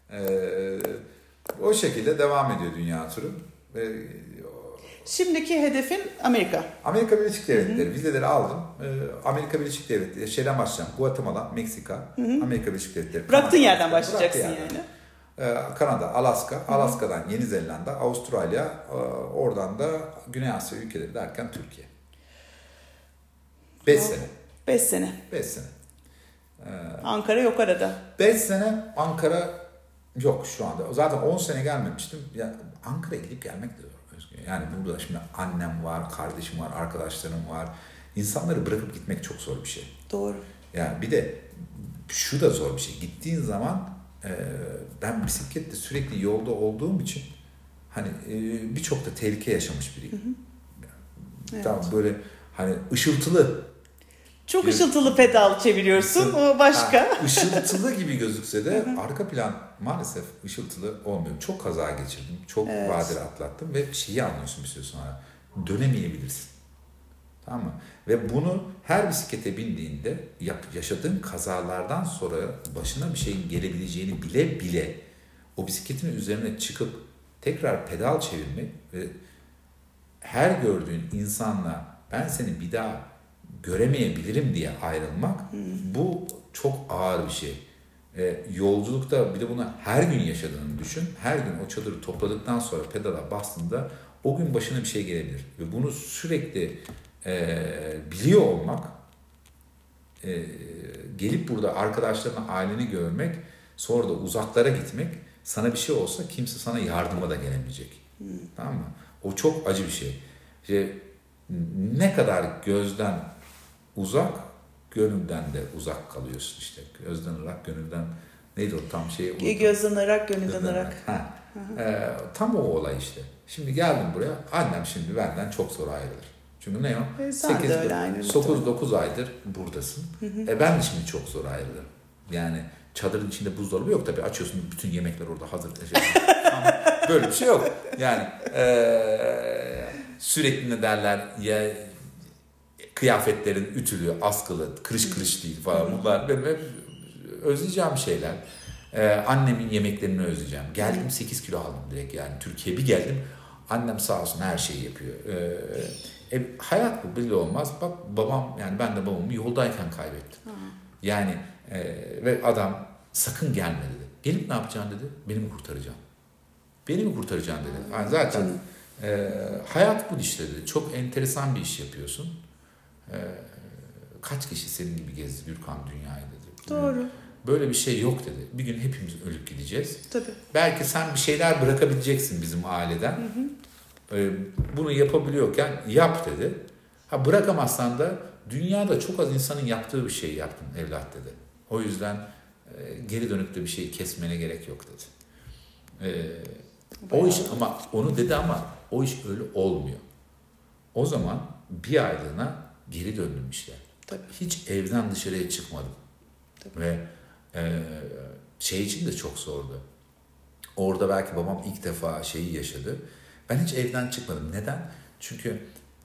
Ee, o şekilde devam ediyor dünya turu. Ve şimdiki hedefin Amerika. Amerika Birleşik Devletleri. Vizeleri aldım. Ee, Amerika Birleşik Devletleri. Şeyden başlayacağım. Guatemala, Meksika, Hı-hı. Amerika Birleşik Devletleri. Bıraktığın Kanada, yerden başlayacaksın yani. Ee, Kanada, Alaska, Hı-hı. Alaska'dan Yeni Zelanda, Avustralya, e, oradan da Güney Asya ülkeleri derken Türkiye. beş sene. beş sene. beş sene. Ee, Ankara yok arada. beş sene Ankara yok şu anda. Zaten on sene gelmemiştim. Ya, Ankara'ya gidip gelmek de zor. Yani burada şimdi annem var, kardeşim var, arkadaşlarım var. İnsanları bırakıp gitmek çok zor bir şey. Doğru. Yani bir de şu da zor bir şey. Gittiğin zaman e, ben bisikletle sürekli yolda olduğum için hani e, birçok da tehlike yaşamış biriyim. Hı hı. Evet. Tamam, böyle hani ışıltılı. Çok evet. ışıltılı pedal çeviriyorsun, o başka. Ha, ışıltılı gibi gözükse de arka plan maalesef ışıltılı olmuyor. Çok kaza geçirdim, çok evet. badire atlattım ve şeyi anlıyorsun bir süre sonra. Dönemeyebilirsin. Tamam mı? Ve bunu her bisiklete bindiğinde yaşadığın kazalardan sonra başına bir şeyin gelebileceğini bile bile o bisikletin üzerine çıkıp tekrar pedal çevirmek ve her gördüğün insanla ben seni bir daha göremeyebilirim diye ayrılmak, hmm. bu çok ağır bir şey. E, yolculukta bir de bunu her gün yaşadığını düşün. Her gün o çadırı topladıktan sonra pedala bastığında o gün başına bir şey gelebilir. Ve bunu sürekli e, biliyor olmak, e, gelip burada arkadaşlarına, aileni görmek, sonra da uzaklara gitmek, sana bir şey olsa kimse sana yardıma da gelemeyecek. Hmm. Tamam mı? O çok acı bir şey. İşte, ne kadar gözden uzak, gönülden de uzak kalıyorsun işte. Gözden ırak, gönülden neydi o tam şey? Gözden ırak, gönülden ırak. Ha. Ee, tam o olay işte. Şimdi geldim buraya, annem şimdi benden çok zor ayrılır. Çünkü ne o? E, sekiz dokuz aydır buradasın. Hı hı. E ben de şimdi çok zor ayrılırım. Yani çadırın içinde buzdolabı yok tabii. Açıyorsun, bütün yemekler orada hazır. Böyle bir şey yok. Yani ee, sürekli ne derler ya, kıyafetlerin ütülü, askılı, kırış kırış değil falan. Bunlar benim hep özleyeceğim şeyler. Ee, annemin yemeklerini özleyeceğim. Geldim sekiz kilo aldım direkt yani. Türkiye'ye bir geldim. Annem sağ olsun her şeyi yapıyor. Ee, e, hayat bu, belli olmaz. Bak babam, yani ben de babamı yoldayken kaybettim. Hı. Yani e, ve adam sakın gelme dedi. Gelip ne yapacaksın dedi. Beni mi kurtaracaksın? Beni mi kurtaracaksın dedi. Yani zaten e, hayat bu işte dedi. Çok enteresan bir iş yapıyorsun. E, kaç kişi senin gibi gezdi Gürkan dünyayı dedi. Doğru. Böyle bir şey yok dedi. Bir gün hepimiz ölüp gideceğiz. Tabii. Belki sen bir şeyler bırakabileceksin bizim aileden. Hı hı. E, bunu yapabiliyorken yap dedi. Ha, bırakamazsan da dünyada çok az insanın yaptığı bir şey yaptın evlat dedi. O yüzden e, geri dönüp de bir şey kesmene gerek yok dedi. E, o iş ama onu dedi ama o iş öyle olmuyor. O zaman bir aylığına geri döndüm işte. Tabii. Hiç evden dışarıya çıkmadım. Tabii. Ve e, şey için de çok zordu. Orada belki babam ilk defa şeyi yaşadı. Ben hiç evden çıkmadım. Neden? Çünkü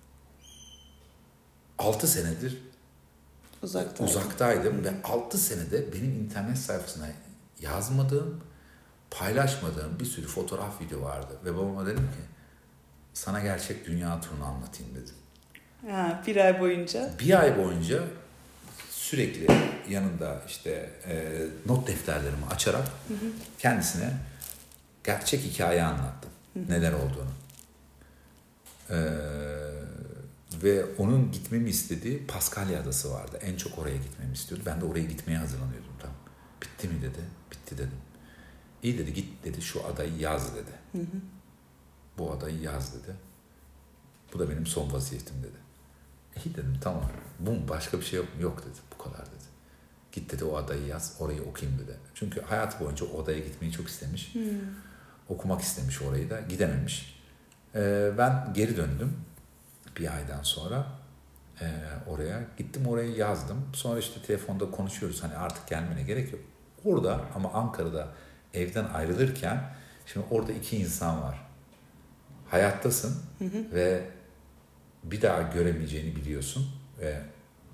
altı senedir uzaktaydım, uzaktaydım ve altı senede benim internet sayfasına yazmadığım, paylaşmadığım bir sürü fotoğraf, video vardı. Ve babama dedim ki, sana gerçek dünya turunu anlatayım dedim. Ha, bir ay boyunca? Bir ay boyunca sürekli yanında işte e, not defterlerimi açarak hı hı. kendisine gerçek hikaye anlattım. Hı hı. Neler olduğunu. Ee, ve onun gitmemi istediği Paskalya Adası vardı. En çok oraya gitmemi istiyordu. Ben de oraya gitmeye hazırlanıyordum tam. Bitti mi dedi. Bitti dedim. İyi dedi, git dedi, şu adayı yaz dedi. Hı hı. Bu adayı yaz dedi. Bu da benim son vaziyetim dedi. İyi dedim, tamam. Bu başka bir şey yok mu? Yok dedi. Bu kadar dedi. Git dedi, o adayı yaz, orayı okuyayım dedi. Çünkü hayatı boyunca o adaya gitmeyi çok istemiş. Hmm. Okumak istemiş orayı da. Gidememiş. Ee, ben geri döndüm. Bir aydan sonra e, oraya. Gittim, orayı yazdım. Sonra işte telefonda konuşuyoruz. Hani artık gelmene gerek yok. Orada ama Ankara'da evden ayrılırken şimdi orada iki insan var. Hayattasın hı hı. ve bir daha göremeyeceğini biliyorsun ve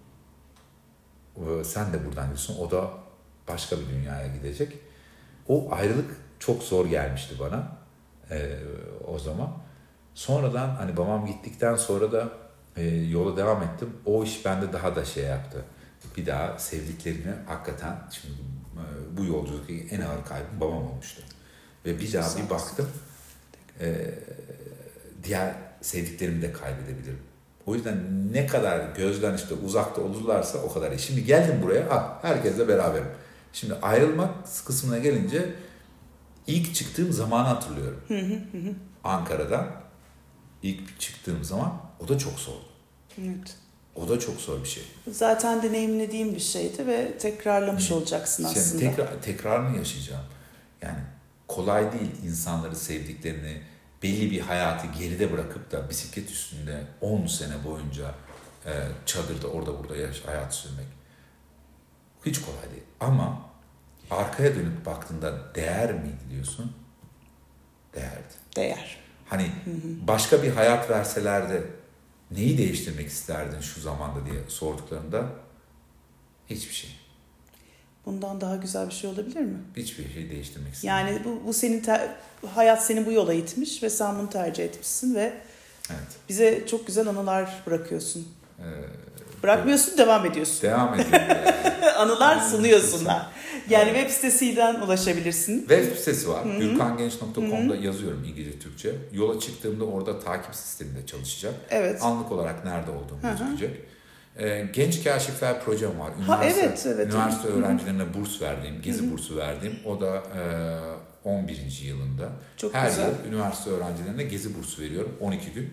sen de buradan gidiyorsun. O da başka bir dünyaya gidecek. O ayrılık çok zor gelmişti bana e, o zaman. Sonradan hani babam gittikten sonra da e, yola devam ettim. O iş bende daha da şey yaptı. Bir daha sevdiklerimi hakikaten şimdi e, bu yolculuktaki en ağır kaybım babam olmuştu. Ve bir daha bir baktım e, diğer sevdiklerimi de kaybedebilirim. O yüzden ne kadar gözden işte uzakta olurlarsa o kadar iyi. Şimdi geldim buraya, ah, herkesle beraberim. Şimdi ayrılmak kısmına gelince ilk çıktığım zamanı hatırlıyorum. Ankara'dan ilk çıktığım zaman o da çok zordu. Evet. O da çok zor bir şey. Zaten deneyimlediğim bir şeydi ve tekrarlamış olacaksın Sen aslında. tekrar, tekrarını yaşayacağım. Yani kolay değil insanları sevdiklerini, belli bir hayatı geride bırakıp da bisiklet üstünde on sene boyunca e, çadırda orada burada yaş, hayat sürmek. Hiç kolay değil. Ama arkaya dönüp baktığında değer miydi diyorsun? Değerdi. Değer. Hani hı hı. başka bir hayat verselerdi neyi değiştirmek isterdin şu zamanda diye sorduklarında hiçbir şey. Bundan daha güzel bir şey olabilir mi? Hiçbir şey değiştirmek istemiyorum. Yani bu, bu senin ter, hayat seni bu yola itmiş ve sen bunu tercih etmişsin ve evet. bize çok güzel anılar bırakıyorsun. Ee, Bırakmıyorsun, evet. devam ediyorsun. Devam ediyorum. Yani. Anılar sunuyorsun da. Yani evet. Web sitesinden ulaşabilirsin. Web sitesi var. gürkan genç nokta com'da yazıyorum İngilizce, Türkçe. Yola çıktığımda orada takip sisteminde çalışacak. Evet. Anlık olarak nerede olduğum gözükecek. Ee, Genç Kaşifler projem var. Üniversite, ha, evet, evet, üniversite evet. öğrencilerine burs verdiğim, gezi Hı-hı. bursu verdiğim. O da e, on birinci yılında. Çok Her güzel. yıl üniversite öğrencilerine gezi bursu veriyorum. on iki gün.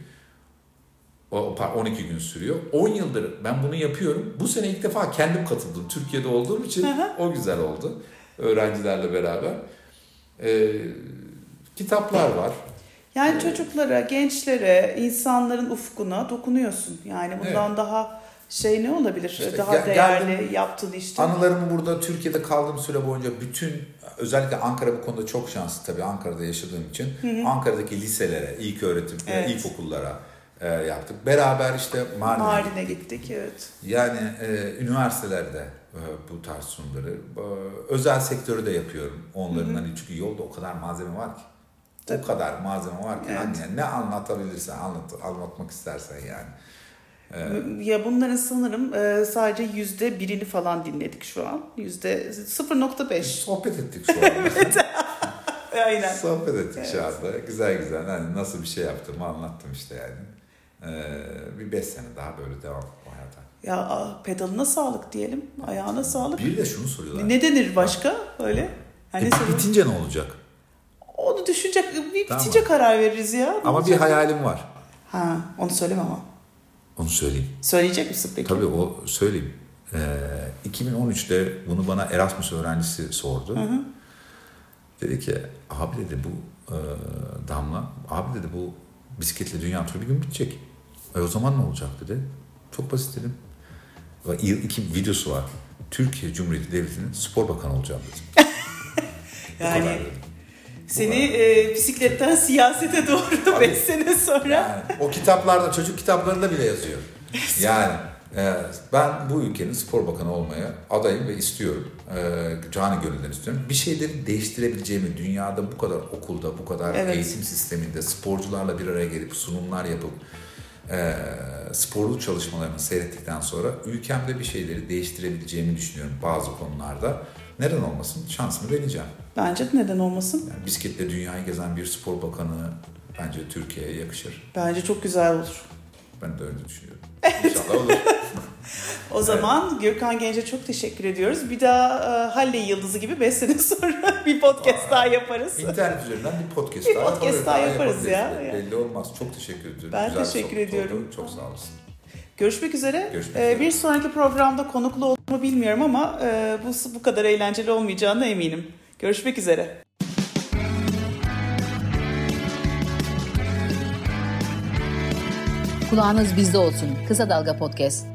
O on iki gün sürüyor. on yıldır ben bunu yapıyorum. Bu sene ilk defa kendim katıldım. Türkiye'de olduğum için Hı-hı. o güzel oldu. Öğrencilerle beraber. Ee, kitaplar var. Yani çocuklara, gençlere, insanların ufkuna dokunuyorsun. Yani bundan evet. daha şey ne olabilir? İşte daha gel, değerli geldim, yaptığın işte. Anılarımı burada Türkiye'de kaldığım süre boyunca bütün, özellikle Ankara bu konuda çok şanslı tabii Ankara'da yaşadığım için. Hı hı. Ankara'daki liselere, ilköğretim, evet. ilkokullara e, yaptık. Beraber işte Mardin'e, Mardin'e gittik. gittik. Evet. Yani e, üniversitelerde e, bu tarz sunumları, e, özel sektörü de yapıyorum. Onların hı hı. hani çünkü yolda o kadar malzeme var ki. Tabii. O kadar malzeme var ki evet. hani ne anlatabilirsen anlat, anlatmak istersen yani. Ee, ya bunların sanırım e, sadece yüzde birini falan dinledik şu an. Yüzde sıfır nokta beş. Sohbet ettik şu an. Evet. Aynen. Sohbet ettik evet. şu anda. Güzel güzel. Hani nasıl bir şey yaptığımı anlattım işte yani. Ee, bir beş sene daha böyle devam bu hayata. Ya pedalına sağlık diyelim. Ayağına sağlık. Bir de şunu soruyorlar. Ne denir başka? Öyle. Hani e, bitince ne olacak? Onu düşünecek, bir tamam. bitince karar veririz ya. Ama olacak? Bir hayalim var. Ha, onu söyleme ama. Onu söyleyeyim. Söyleyecek misin peki? Tabii o söyleyeyim. Ee, iki bin on üçte bunu bana Erasmus öğrencisi sordu. Hı hı. Dedi ki abi dedi bu e, Damla, abi dedi bu bisikletle dünya turu bir gün bitecek. E o zaman ne olacak dedi. Çok basit dedim. Ve iki videosu var. Türkiye Cumhuriyeti Devleti'nin spor bakanı olacağım dedim. Yani seni e, bisikletten siyasete doğru beş sene sonra. Yani, o kitaplarda, çocuk kitaplarında bile yazıyor. Yani e, ben bu ülkenin spor bakanı olmaya adayım ve istiyorum. E, canı gönülden istiyorum. Bir şeyleri değiştirebileceğimi, dünyada bu kadar okulda, bu kadar evet. eğitim sisteminde sporcularla bir araya gelip sunumlar yapıp e, sporlu çalışmalarını seyrettikten sonra ülkemde bir şeyleri değiştirebileceğimi düşünüyorum bazı konularda. Neden olmasın? Şansımı deneyeceğim. Bence de neden olmasın? Yani bisikletle dünyayı gezen bir spor bakanı bence Türkiye'ye yakışır. Bence çok güzel olur. Ben de öyle düşünüyorum. İnşallah olur. O zaman evet. Gürkan Genç'e çok teşekkür ediyoruz. Bir daha e, Halley Yıldızı gibi beş sene sonra bir podcast daha yaparız. İnternet üzerinden bir podcast bir daha podcast yaparız. daha yaparız ya. Belli olmaz. Çok teşekkür ediyorum. Ben güzel teşekkür ediyorum. Oldu. Çok sağ olasın. Görüşmek üzere. Görüşmek ee, üzere. Bir sonraki programda konuklu olduğumu bilmiyorum ama e, bu bu kadar eğlenceli olmayacağına eminim. Görüşmek üzere. Kulağınız bizde olsun. Kısa Dalga Podcast.